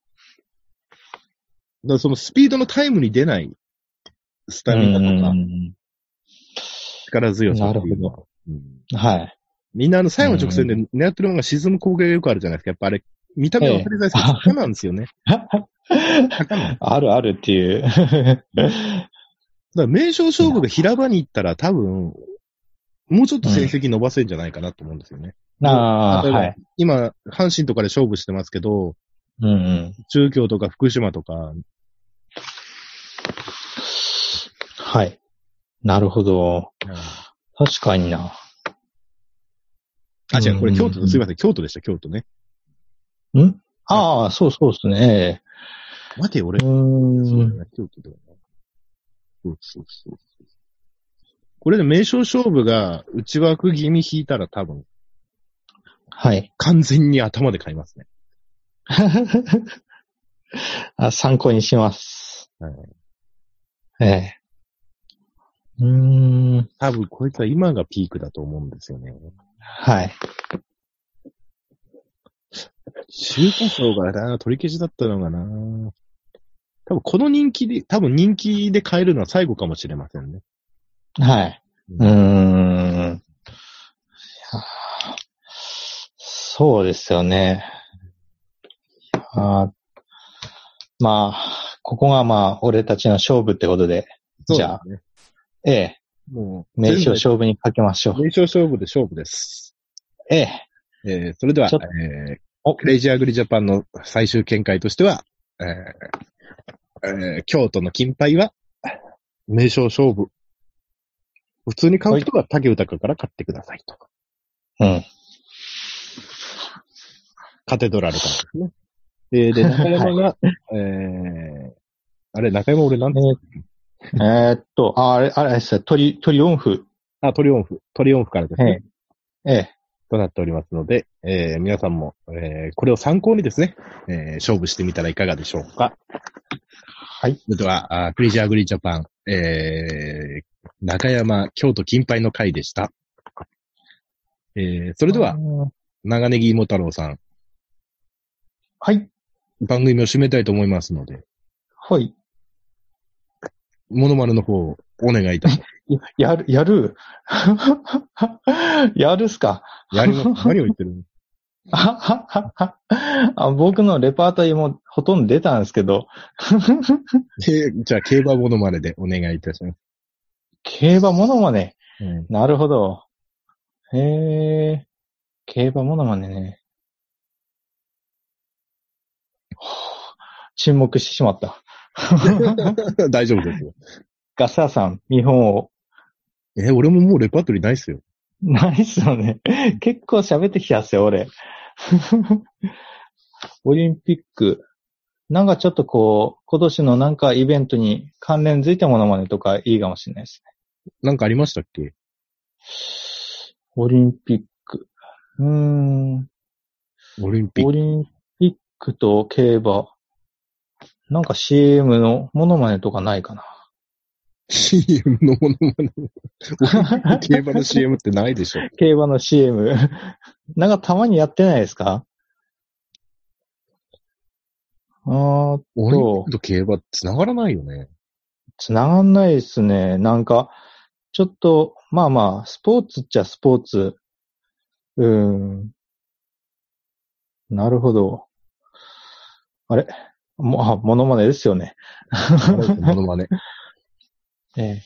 らそのスピードのタイムに出ないスタミナとかうん力強さっていうのは。 なるほうん、 はい。 みんなあの最後の直線で狙ってるのが沈む光景がよくあるじゃないですか。やっぱあれ、見た目は分かりづらいですけど、坂なんですよね。坂なんあるあるっていう。 だから名称勝負が平場に行ったら多分、もうちょっと成績伸ばせるんじゃないかなと思うんですよね。 ああ、 例えばはい。 今、阪神とかで勝負してますけど、 うんうん。 中京とか福島とか、 はい。なるほど。確かにな。 あ、違う、これ京都、すいません、京都でした、京都ね。 んああ、そうそうですね。 待てよ、俺。 うーん。 そうだね、京都だよな。そうそうそう。これで名称勝負が内枠気味引いたら多分、 はい。 完全に頭で買いますね。 あ、参考にします。 はい、 ええ。うーん。 多分こいつは今がピークだと思うんですよね。 はい。 週刊賞がな、取り消しだったのがな。多分この人気で、多分人気で買えるのは最後かもしれませんね。 はい。うーん。いやそうですよね。あまあ、ここがまあ、俺たちの勝負ってことで、じゃあ、 ね、 ええ。 もう、 名称勝負にかけましょう。 名称勝負で勝負です。 ええ。 えー、それでは、えー、クレイジーアグリジャパンの最終見解としては、えーえー、京都の金牌は、名称勝負。普通に買う人は竹豊から買ってくださいと。 うん。 カテドラルからですね。えー、で、中山が、はい、えー、あれ、中山俺なんて言った、えー、っと、あ、あれ、あれですね、トリ、トリオンフ。 あ、トリオンフ。トリオンフからですね。 ええ。ええ。 となっておりますので、えー、皆さんも、えー、これを参考にですね、えー、勝負してみたらいかがでしょうか。 はい。 それでは、あクレイジーアグリジャパン、えー、中山京都金杯の回でした。えー、それでは、 長ネギ芋太郎さん。 はい。 番組を締めたいと思いますので。 はい。 モノマネの方、お願いいたします。 やる、やるやるっすか。 やります。何を言ってるのあ僕のレパートリーもほとんど出たんですけど。 じゃあ、競馬モノマネでお願いいたします。 競馬モノマネ、 うん、 なるほど。へえ、競馬モノマネね。沈黙してしまった。 大丈夫ですよ。 ガサーさん、見本を。 え、俺ももうレパートリーないっすよ。 ないっすよね。結構喋ってきたっすよ、俺。オリンピック。なんかちょっとこう、今年のなんかイベントに関連づいたものまでとかいいかもしれないですね。 なんかありましたっけ？ オリンピック。うーん。 オリンピック。 オリンピックと競馬。なんか シーエム のモノマネとかないかな。 シーエム のモノマネ。競馬の シーエム ってないでしょ。 競馬の シーエム。なんかたまにやってないですか？あーと。 オリンピックと競馬繋がらないよね。 繋がんないですね。なんか、ちょっと、まあまあ、スポーツっちゃスポーツ。うーん。なるほど。あれも、あ、モノマネですよね。 モノマネ。 ええ。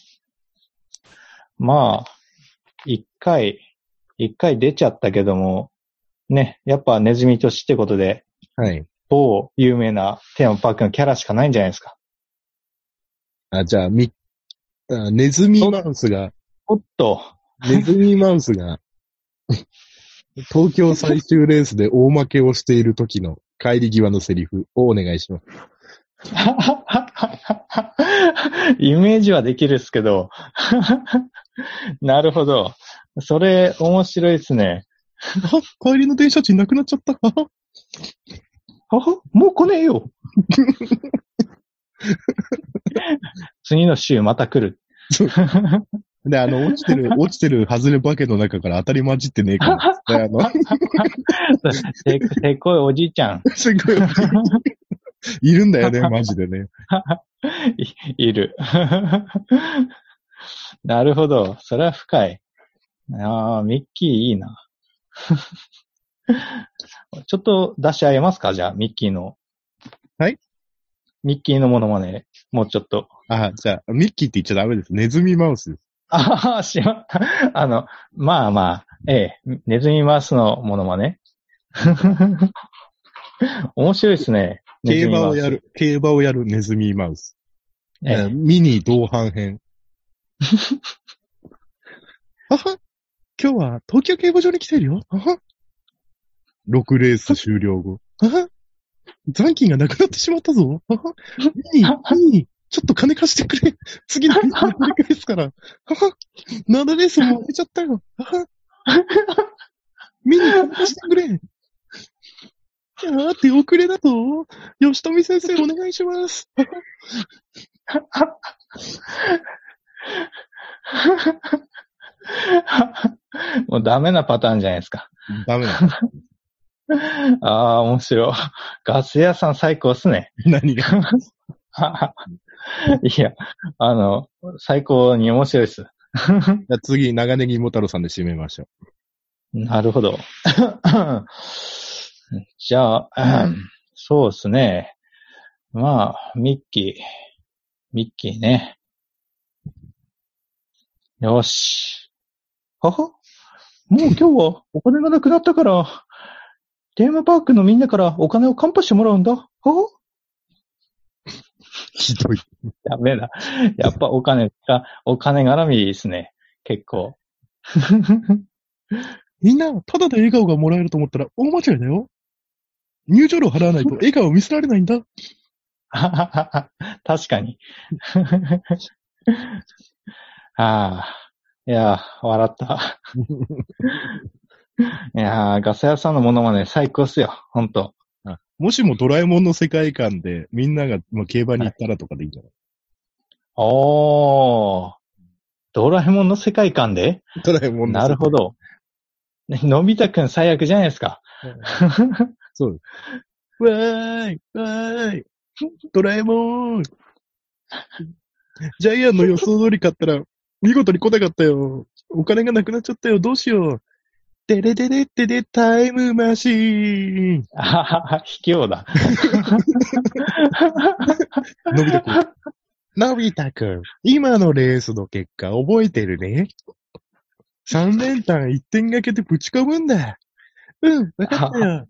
まあ、一回、一回出ちゃったけども、ね、やっぱネズミ年ってことで、 はい。 某有名なテーマパークのキャラしかないんじゃないですか。 あ、じゃあ、み、あネズミマウスが、 おっと。 ネズミマウスが、東京最終レースで大負けをしている時の帰り際のセリフをお願いします。 イメージはできるっすけど。なるほど。それ、面白いっすね。 あ、帰りの電車賃なくなっちゃった。 あ、もう来ねえよ。次の週また来る。 で、あの、落ちてる、落ちてる外れバケの中から当たり混じってねえから。あのせ、せこいおじいちゃん。 せこいおじいちゃん。いるんだよね、マジでね。 い, いる。なるほど。それは深い。ああ、ミッキーいいな。ちょっと出し合えますか？じゃあ、ミッキーの。 はい？ ミッキーのものまね、もうちょっと。 あ、じゃあ、ミッキーって言っちゃダメです。ネズミマウスです。 ああ、しまった。あの、まあまあ、ええ、ネズミマウスのものまね。面白いですね。 競馬をやる、競馬をやるネズミマウス。ええ、ミニ同伴編。はは、今日は東京競馬場に来てるよ。はは。ろくレース終了後。はは。残金がなくなってしまったぞ。はは。ミニ、ミニ、ちょっと金貸してくれ。次のレースに取り返すから。はは。ななレースも負けちゃったよ。はは。ミニ、金貸してくれ。いやー、手遅れだと。吉富先生、お願いします。 もうダメなパターンじゃないですか。 ダメな。 ああ、面白い。ガス屋さん最高っすね。 何がいや、あの、最高に面白いです。じゃ次、長ネギ芋太郎さんで締めましょう。なるほど。じゃあ、そうですね。まあ、ミッキー。ミッキーね。よし。はは？もう今日はお金がなくなったから、テーマパークのみんなからお金をカンパしてもらうんだ。はは？ ひどい。 ダメだ。やっぱお金か、お金絡みですね。結構。 みんな、ただで笑顔がもらえると思ったら大間違いだよ。入場料払わないと笑顔を見せられないんだ。 確かに。ああ。いや、笑った。いや、ガス屋さんのものまね最高っすよ。ほんと。 もしもドラえもんの世界観でみんながもう競馬に行ったらとかでいいんじゃない？ はい、おー。ドラえもんの世界観で？ ドラえもんの世界観。 なるほど。 のび太くん最悪じゃないですか。 そう。わーい、わーい、ドラえもん。ジャイアンの予想通り買ったら、見事に来なかったよ。お金がなくなっちゃったよ。どうしよう。デレデレってでタイムマシーン。 あはは、卑怯だ。 のび太くん。のび太くん。今のレースの結果覚えてるね。三連単一点掛けでぶち込むんだ。うん、わかったよ。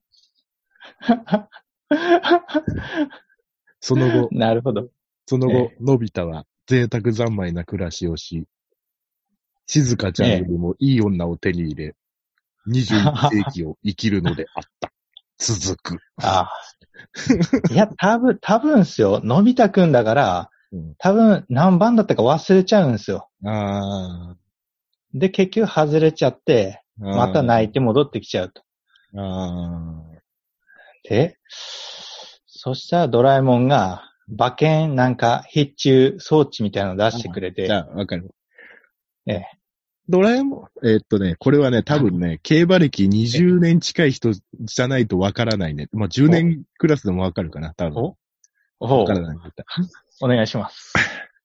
その後、 なるほど。 その後、 ええのび太は贅沢三昧な暮らしをし、静香ちゃんよりもいい女を手に入れ、にじゅういっ世紀を生きるのであった。続く。 ああ。いや、多分、多分っすよ。のび太くんだから、 うん多分何番だったか忘れちゃうんですよ。 あで、結局外れちゃって、 ーまた泣いて戻ってきちゃうと。 あで、そしたらドラえもんが、馬券なんか必中装置みたいなの出してくれー。 て、 じゃあ、わかる。 ええ。 ドラえもん、えーっとね、これはね、多分ね、競馬歴にじゅうねん近い人じゃないとわからないね。まあ、じゅうねんクラスでもわかるかな、多分。 おわおからないみたい。 お願いします。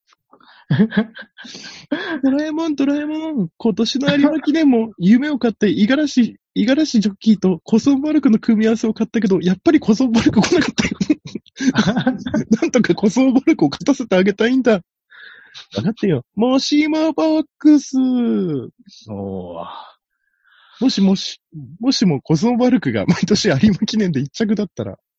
ドラえもん、ドラえもん、今年の有馬記念も夢を買って五十嵐、五十嵐ジョッキーとコソンバルクの組み合わせを買ったけど、やっぱりコソンバルク来なかったよ。なんとかコソンバルクを勝たせてあげたいんだ。わかってよ。もしもボックス。 おーもしもし、もしもコソンバルクが毎年有馬記念で一着だったら。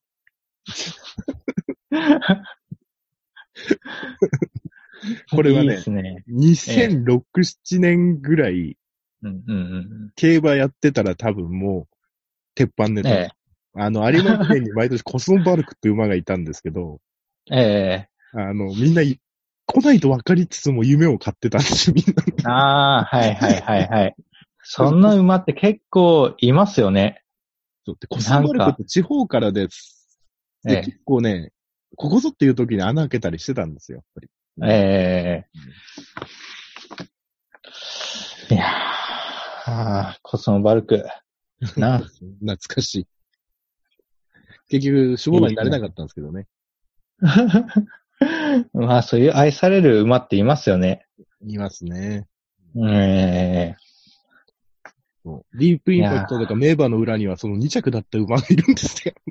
これはね、 いいですね。 にせんろく、ななねんぐらい、 うんうんうん。 競馬やってたら多分もう、鉄板ネタ。 ええ。 あの、有馬記念に毎年コスモバルクって馬がいたんですけど、 ええ。 あの、みんない来ないと分かりつつも夢を買ってたんですよ、みんな。 ああ、はいはいはいはい。そんな馬って結構いますよね。 そうでコスモバルクって地方からです。で、 ええ。 結構ね、ここぞっていう時に穴開けたりしてたんですよ、やっぱり。 ええ。いやー、あーコスモバルク。な。 懐かしい。結局、守護馬になれなかったんですけどね。 まあ、そういう愛される馬っていますよね。 いますね。 ええそうディープインパクトとか名馬の裏にはそのに着だった馬がいるんですよ。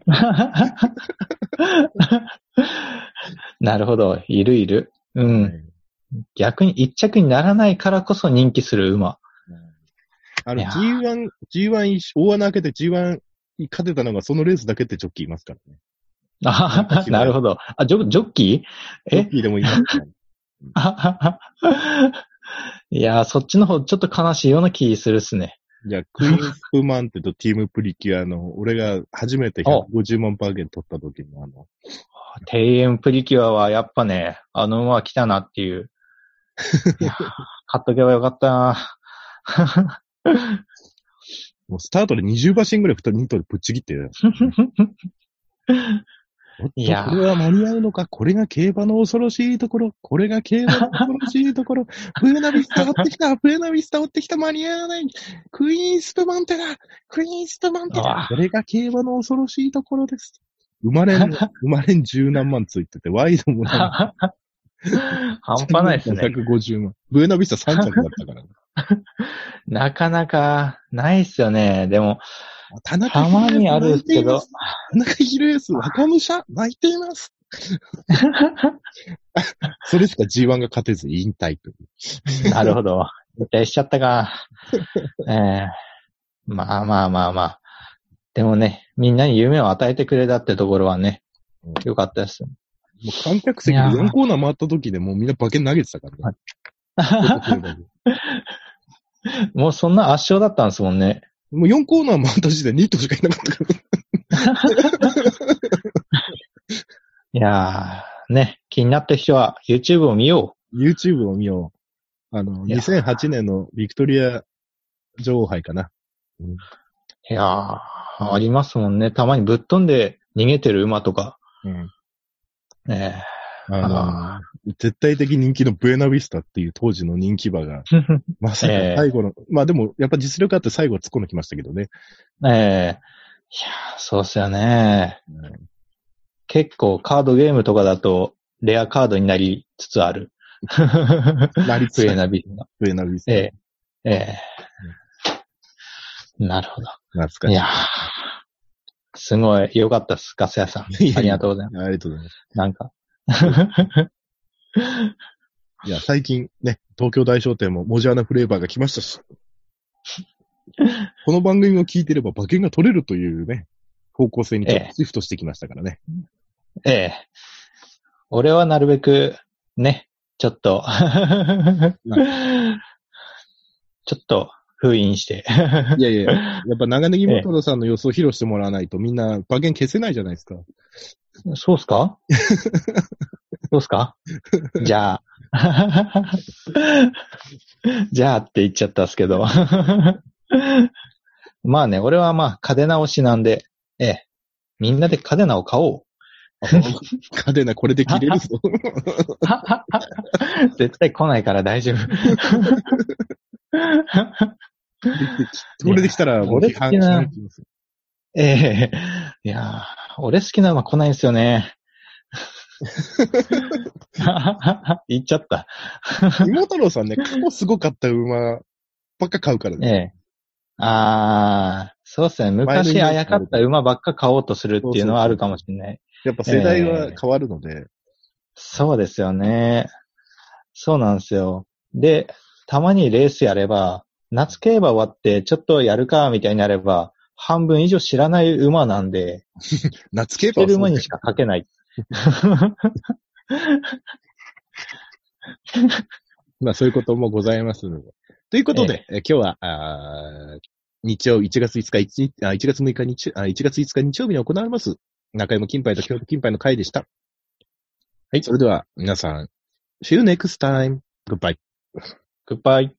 なるほど。いるいる。うん。 はい逆に一着にならないからこそ人気する馬。 あのいやジーワン、ジーワン 大穴開けて ジーワン 勝てたのがそのレースだけってジョッキーいますからね。 あなるほど。あ、ジョ、ジョッキーえジョッキーでもいますから、ね。 いやー、そっちの方ちょっと悲しいような気するっすね。 じゃあ、クイーンスプマンテとティームプリキュアの、俺が初めてひゃくごじゅうまんパーゲン取った時のあの、 庭園プリキュアはやっぱね、あの馬来たなっていう。いや買っとけばよかったな。 もうスタートでにじゅう馬身ぐらいふたに頭でぶっちぎってる。 いやこれは間に合うのかこれが競馬の恐ろしいところこれが競馬の恐ろしいところブエナビスタ追ってきたブエナビスタ追ってきた間に合わないクイーンスプマンテだクイーンスプマンテだこれが競馬の恐ろしいところです。生まれん、生まれん十何万ついてて、ワイドもな半端ないですね。 ひゃくごじゅうまん。ブエナビスタさん着だったからね。 なかなかないっすよね。でも、 田中たまにあるっすけど。 田中宏康、若武者、泣いています。それしか ジーワン が勝てず引退という。 なるほど。引退しちゃったか。ええー、まあまあまあまあ。でもね、みんなに夢を与えてくれたってところはね、よかったです。 もう観客席でよんコーナー回った時でもうみんな馬券投げてたからね。 もうそんな圧勝だったんですもんね。 もうよんコーナー回った時でに頭しかいなかったから。 いやー、ね、気になった人は YouTube を見よう。YouTube を見よう。あの、にせんはちねんのビクトリア女王杯かな。 うん、いやー、ありますもんね。たまにぶっ飛んで逃げてる馬とか。 うん。 えあの、絶対的人気のブエナビスタっていう当時の人気馬が、まさか最後の、えー、まあでも、やっぱ実力あって最後は突っ込んできましたけどね。 ええー、いやー、そうっすよね、うん。結構カードゲームとかだと、レアカードになりつつある。 なりつつある。 ブエナビスタ。 ブエナビスタ。 ええー、ええー、なるほど。 懐かしい。 いやー、すごい良かったっす、ガス屋さん。ありがとうございます。 ありがとうございます。 なんか。 いや、最近ね、東京大商店もモジャーナフレーバーが来ましたし、この番組を聞いてれば馬券が取れるというね、方向性にちょっとシフトしてきましたからね。 ええ。ええ、俺はなるべく、ね、ちょっと、ちょっと封印して。 いやいや、やっぱ長ネギモトロさんの予想を披露してもらわないとみんな馬券消せないじゃないですか。 そうっすかそうっすかじゃあ。じゃあって言っちゃったっすけど。まあね、俺はまあ、嘉手納推しなんで、ええ。みんなで嘉手納を買おう。 嘉手納これで切れるぞ。 絶対来ないから大丈夫。 これで来たらもう批判しないと思います。 ええー、いやー、俺好きな馬来ないんすよね。言っちゃった。 妹太郎さんね、過去すごかった馬ばっか買うからね。 ええ。ああ、そうっすね。昔あやかった馬ばっか買おうとするっていうのはあるかもしれない。 やっぱ世代が変わるので、えー。 そうですよね。そうなんですよ。で、たまにレースやれば、夏競馬終わってちょっとやるかみたいになれば、半分以上知らない馬なんで、 夏競馬は知ってる馬にしか書けない。 まあそういうこともございますので。ということで、ええ、今日はあ日曜いちがついつか、いちあいちがつむいか日あいちがついつか日曜日に行われます中山金杯と京都金杯の会でした。はい、それでは皆さん、See you next time. Goodbye. Goodbye.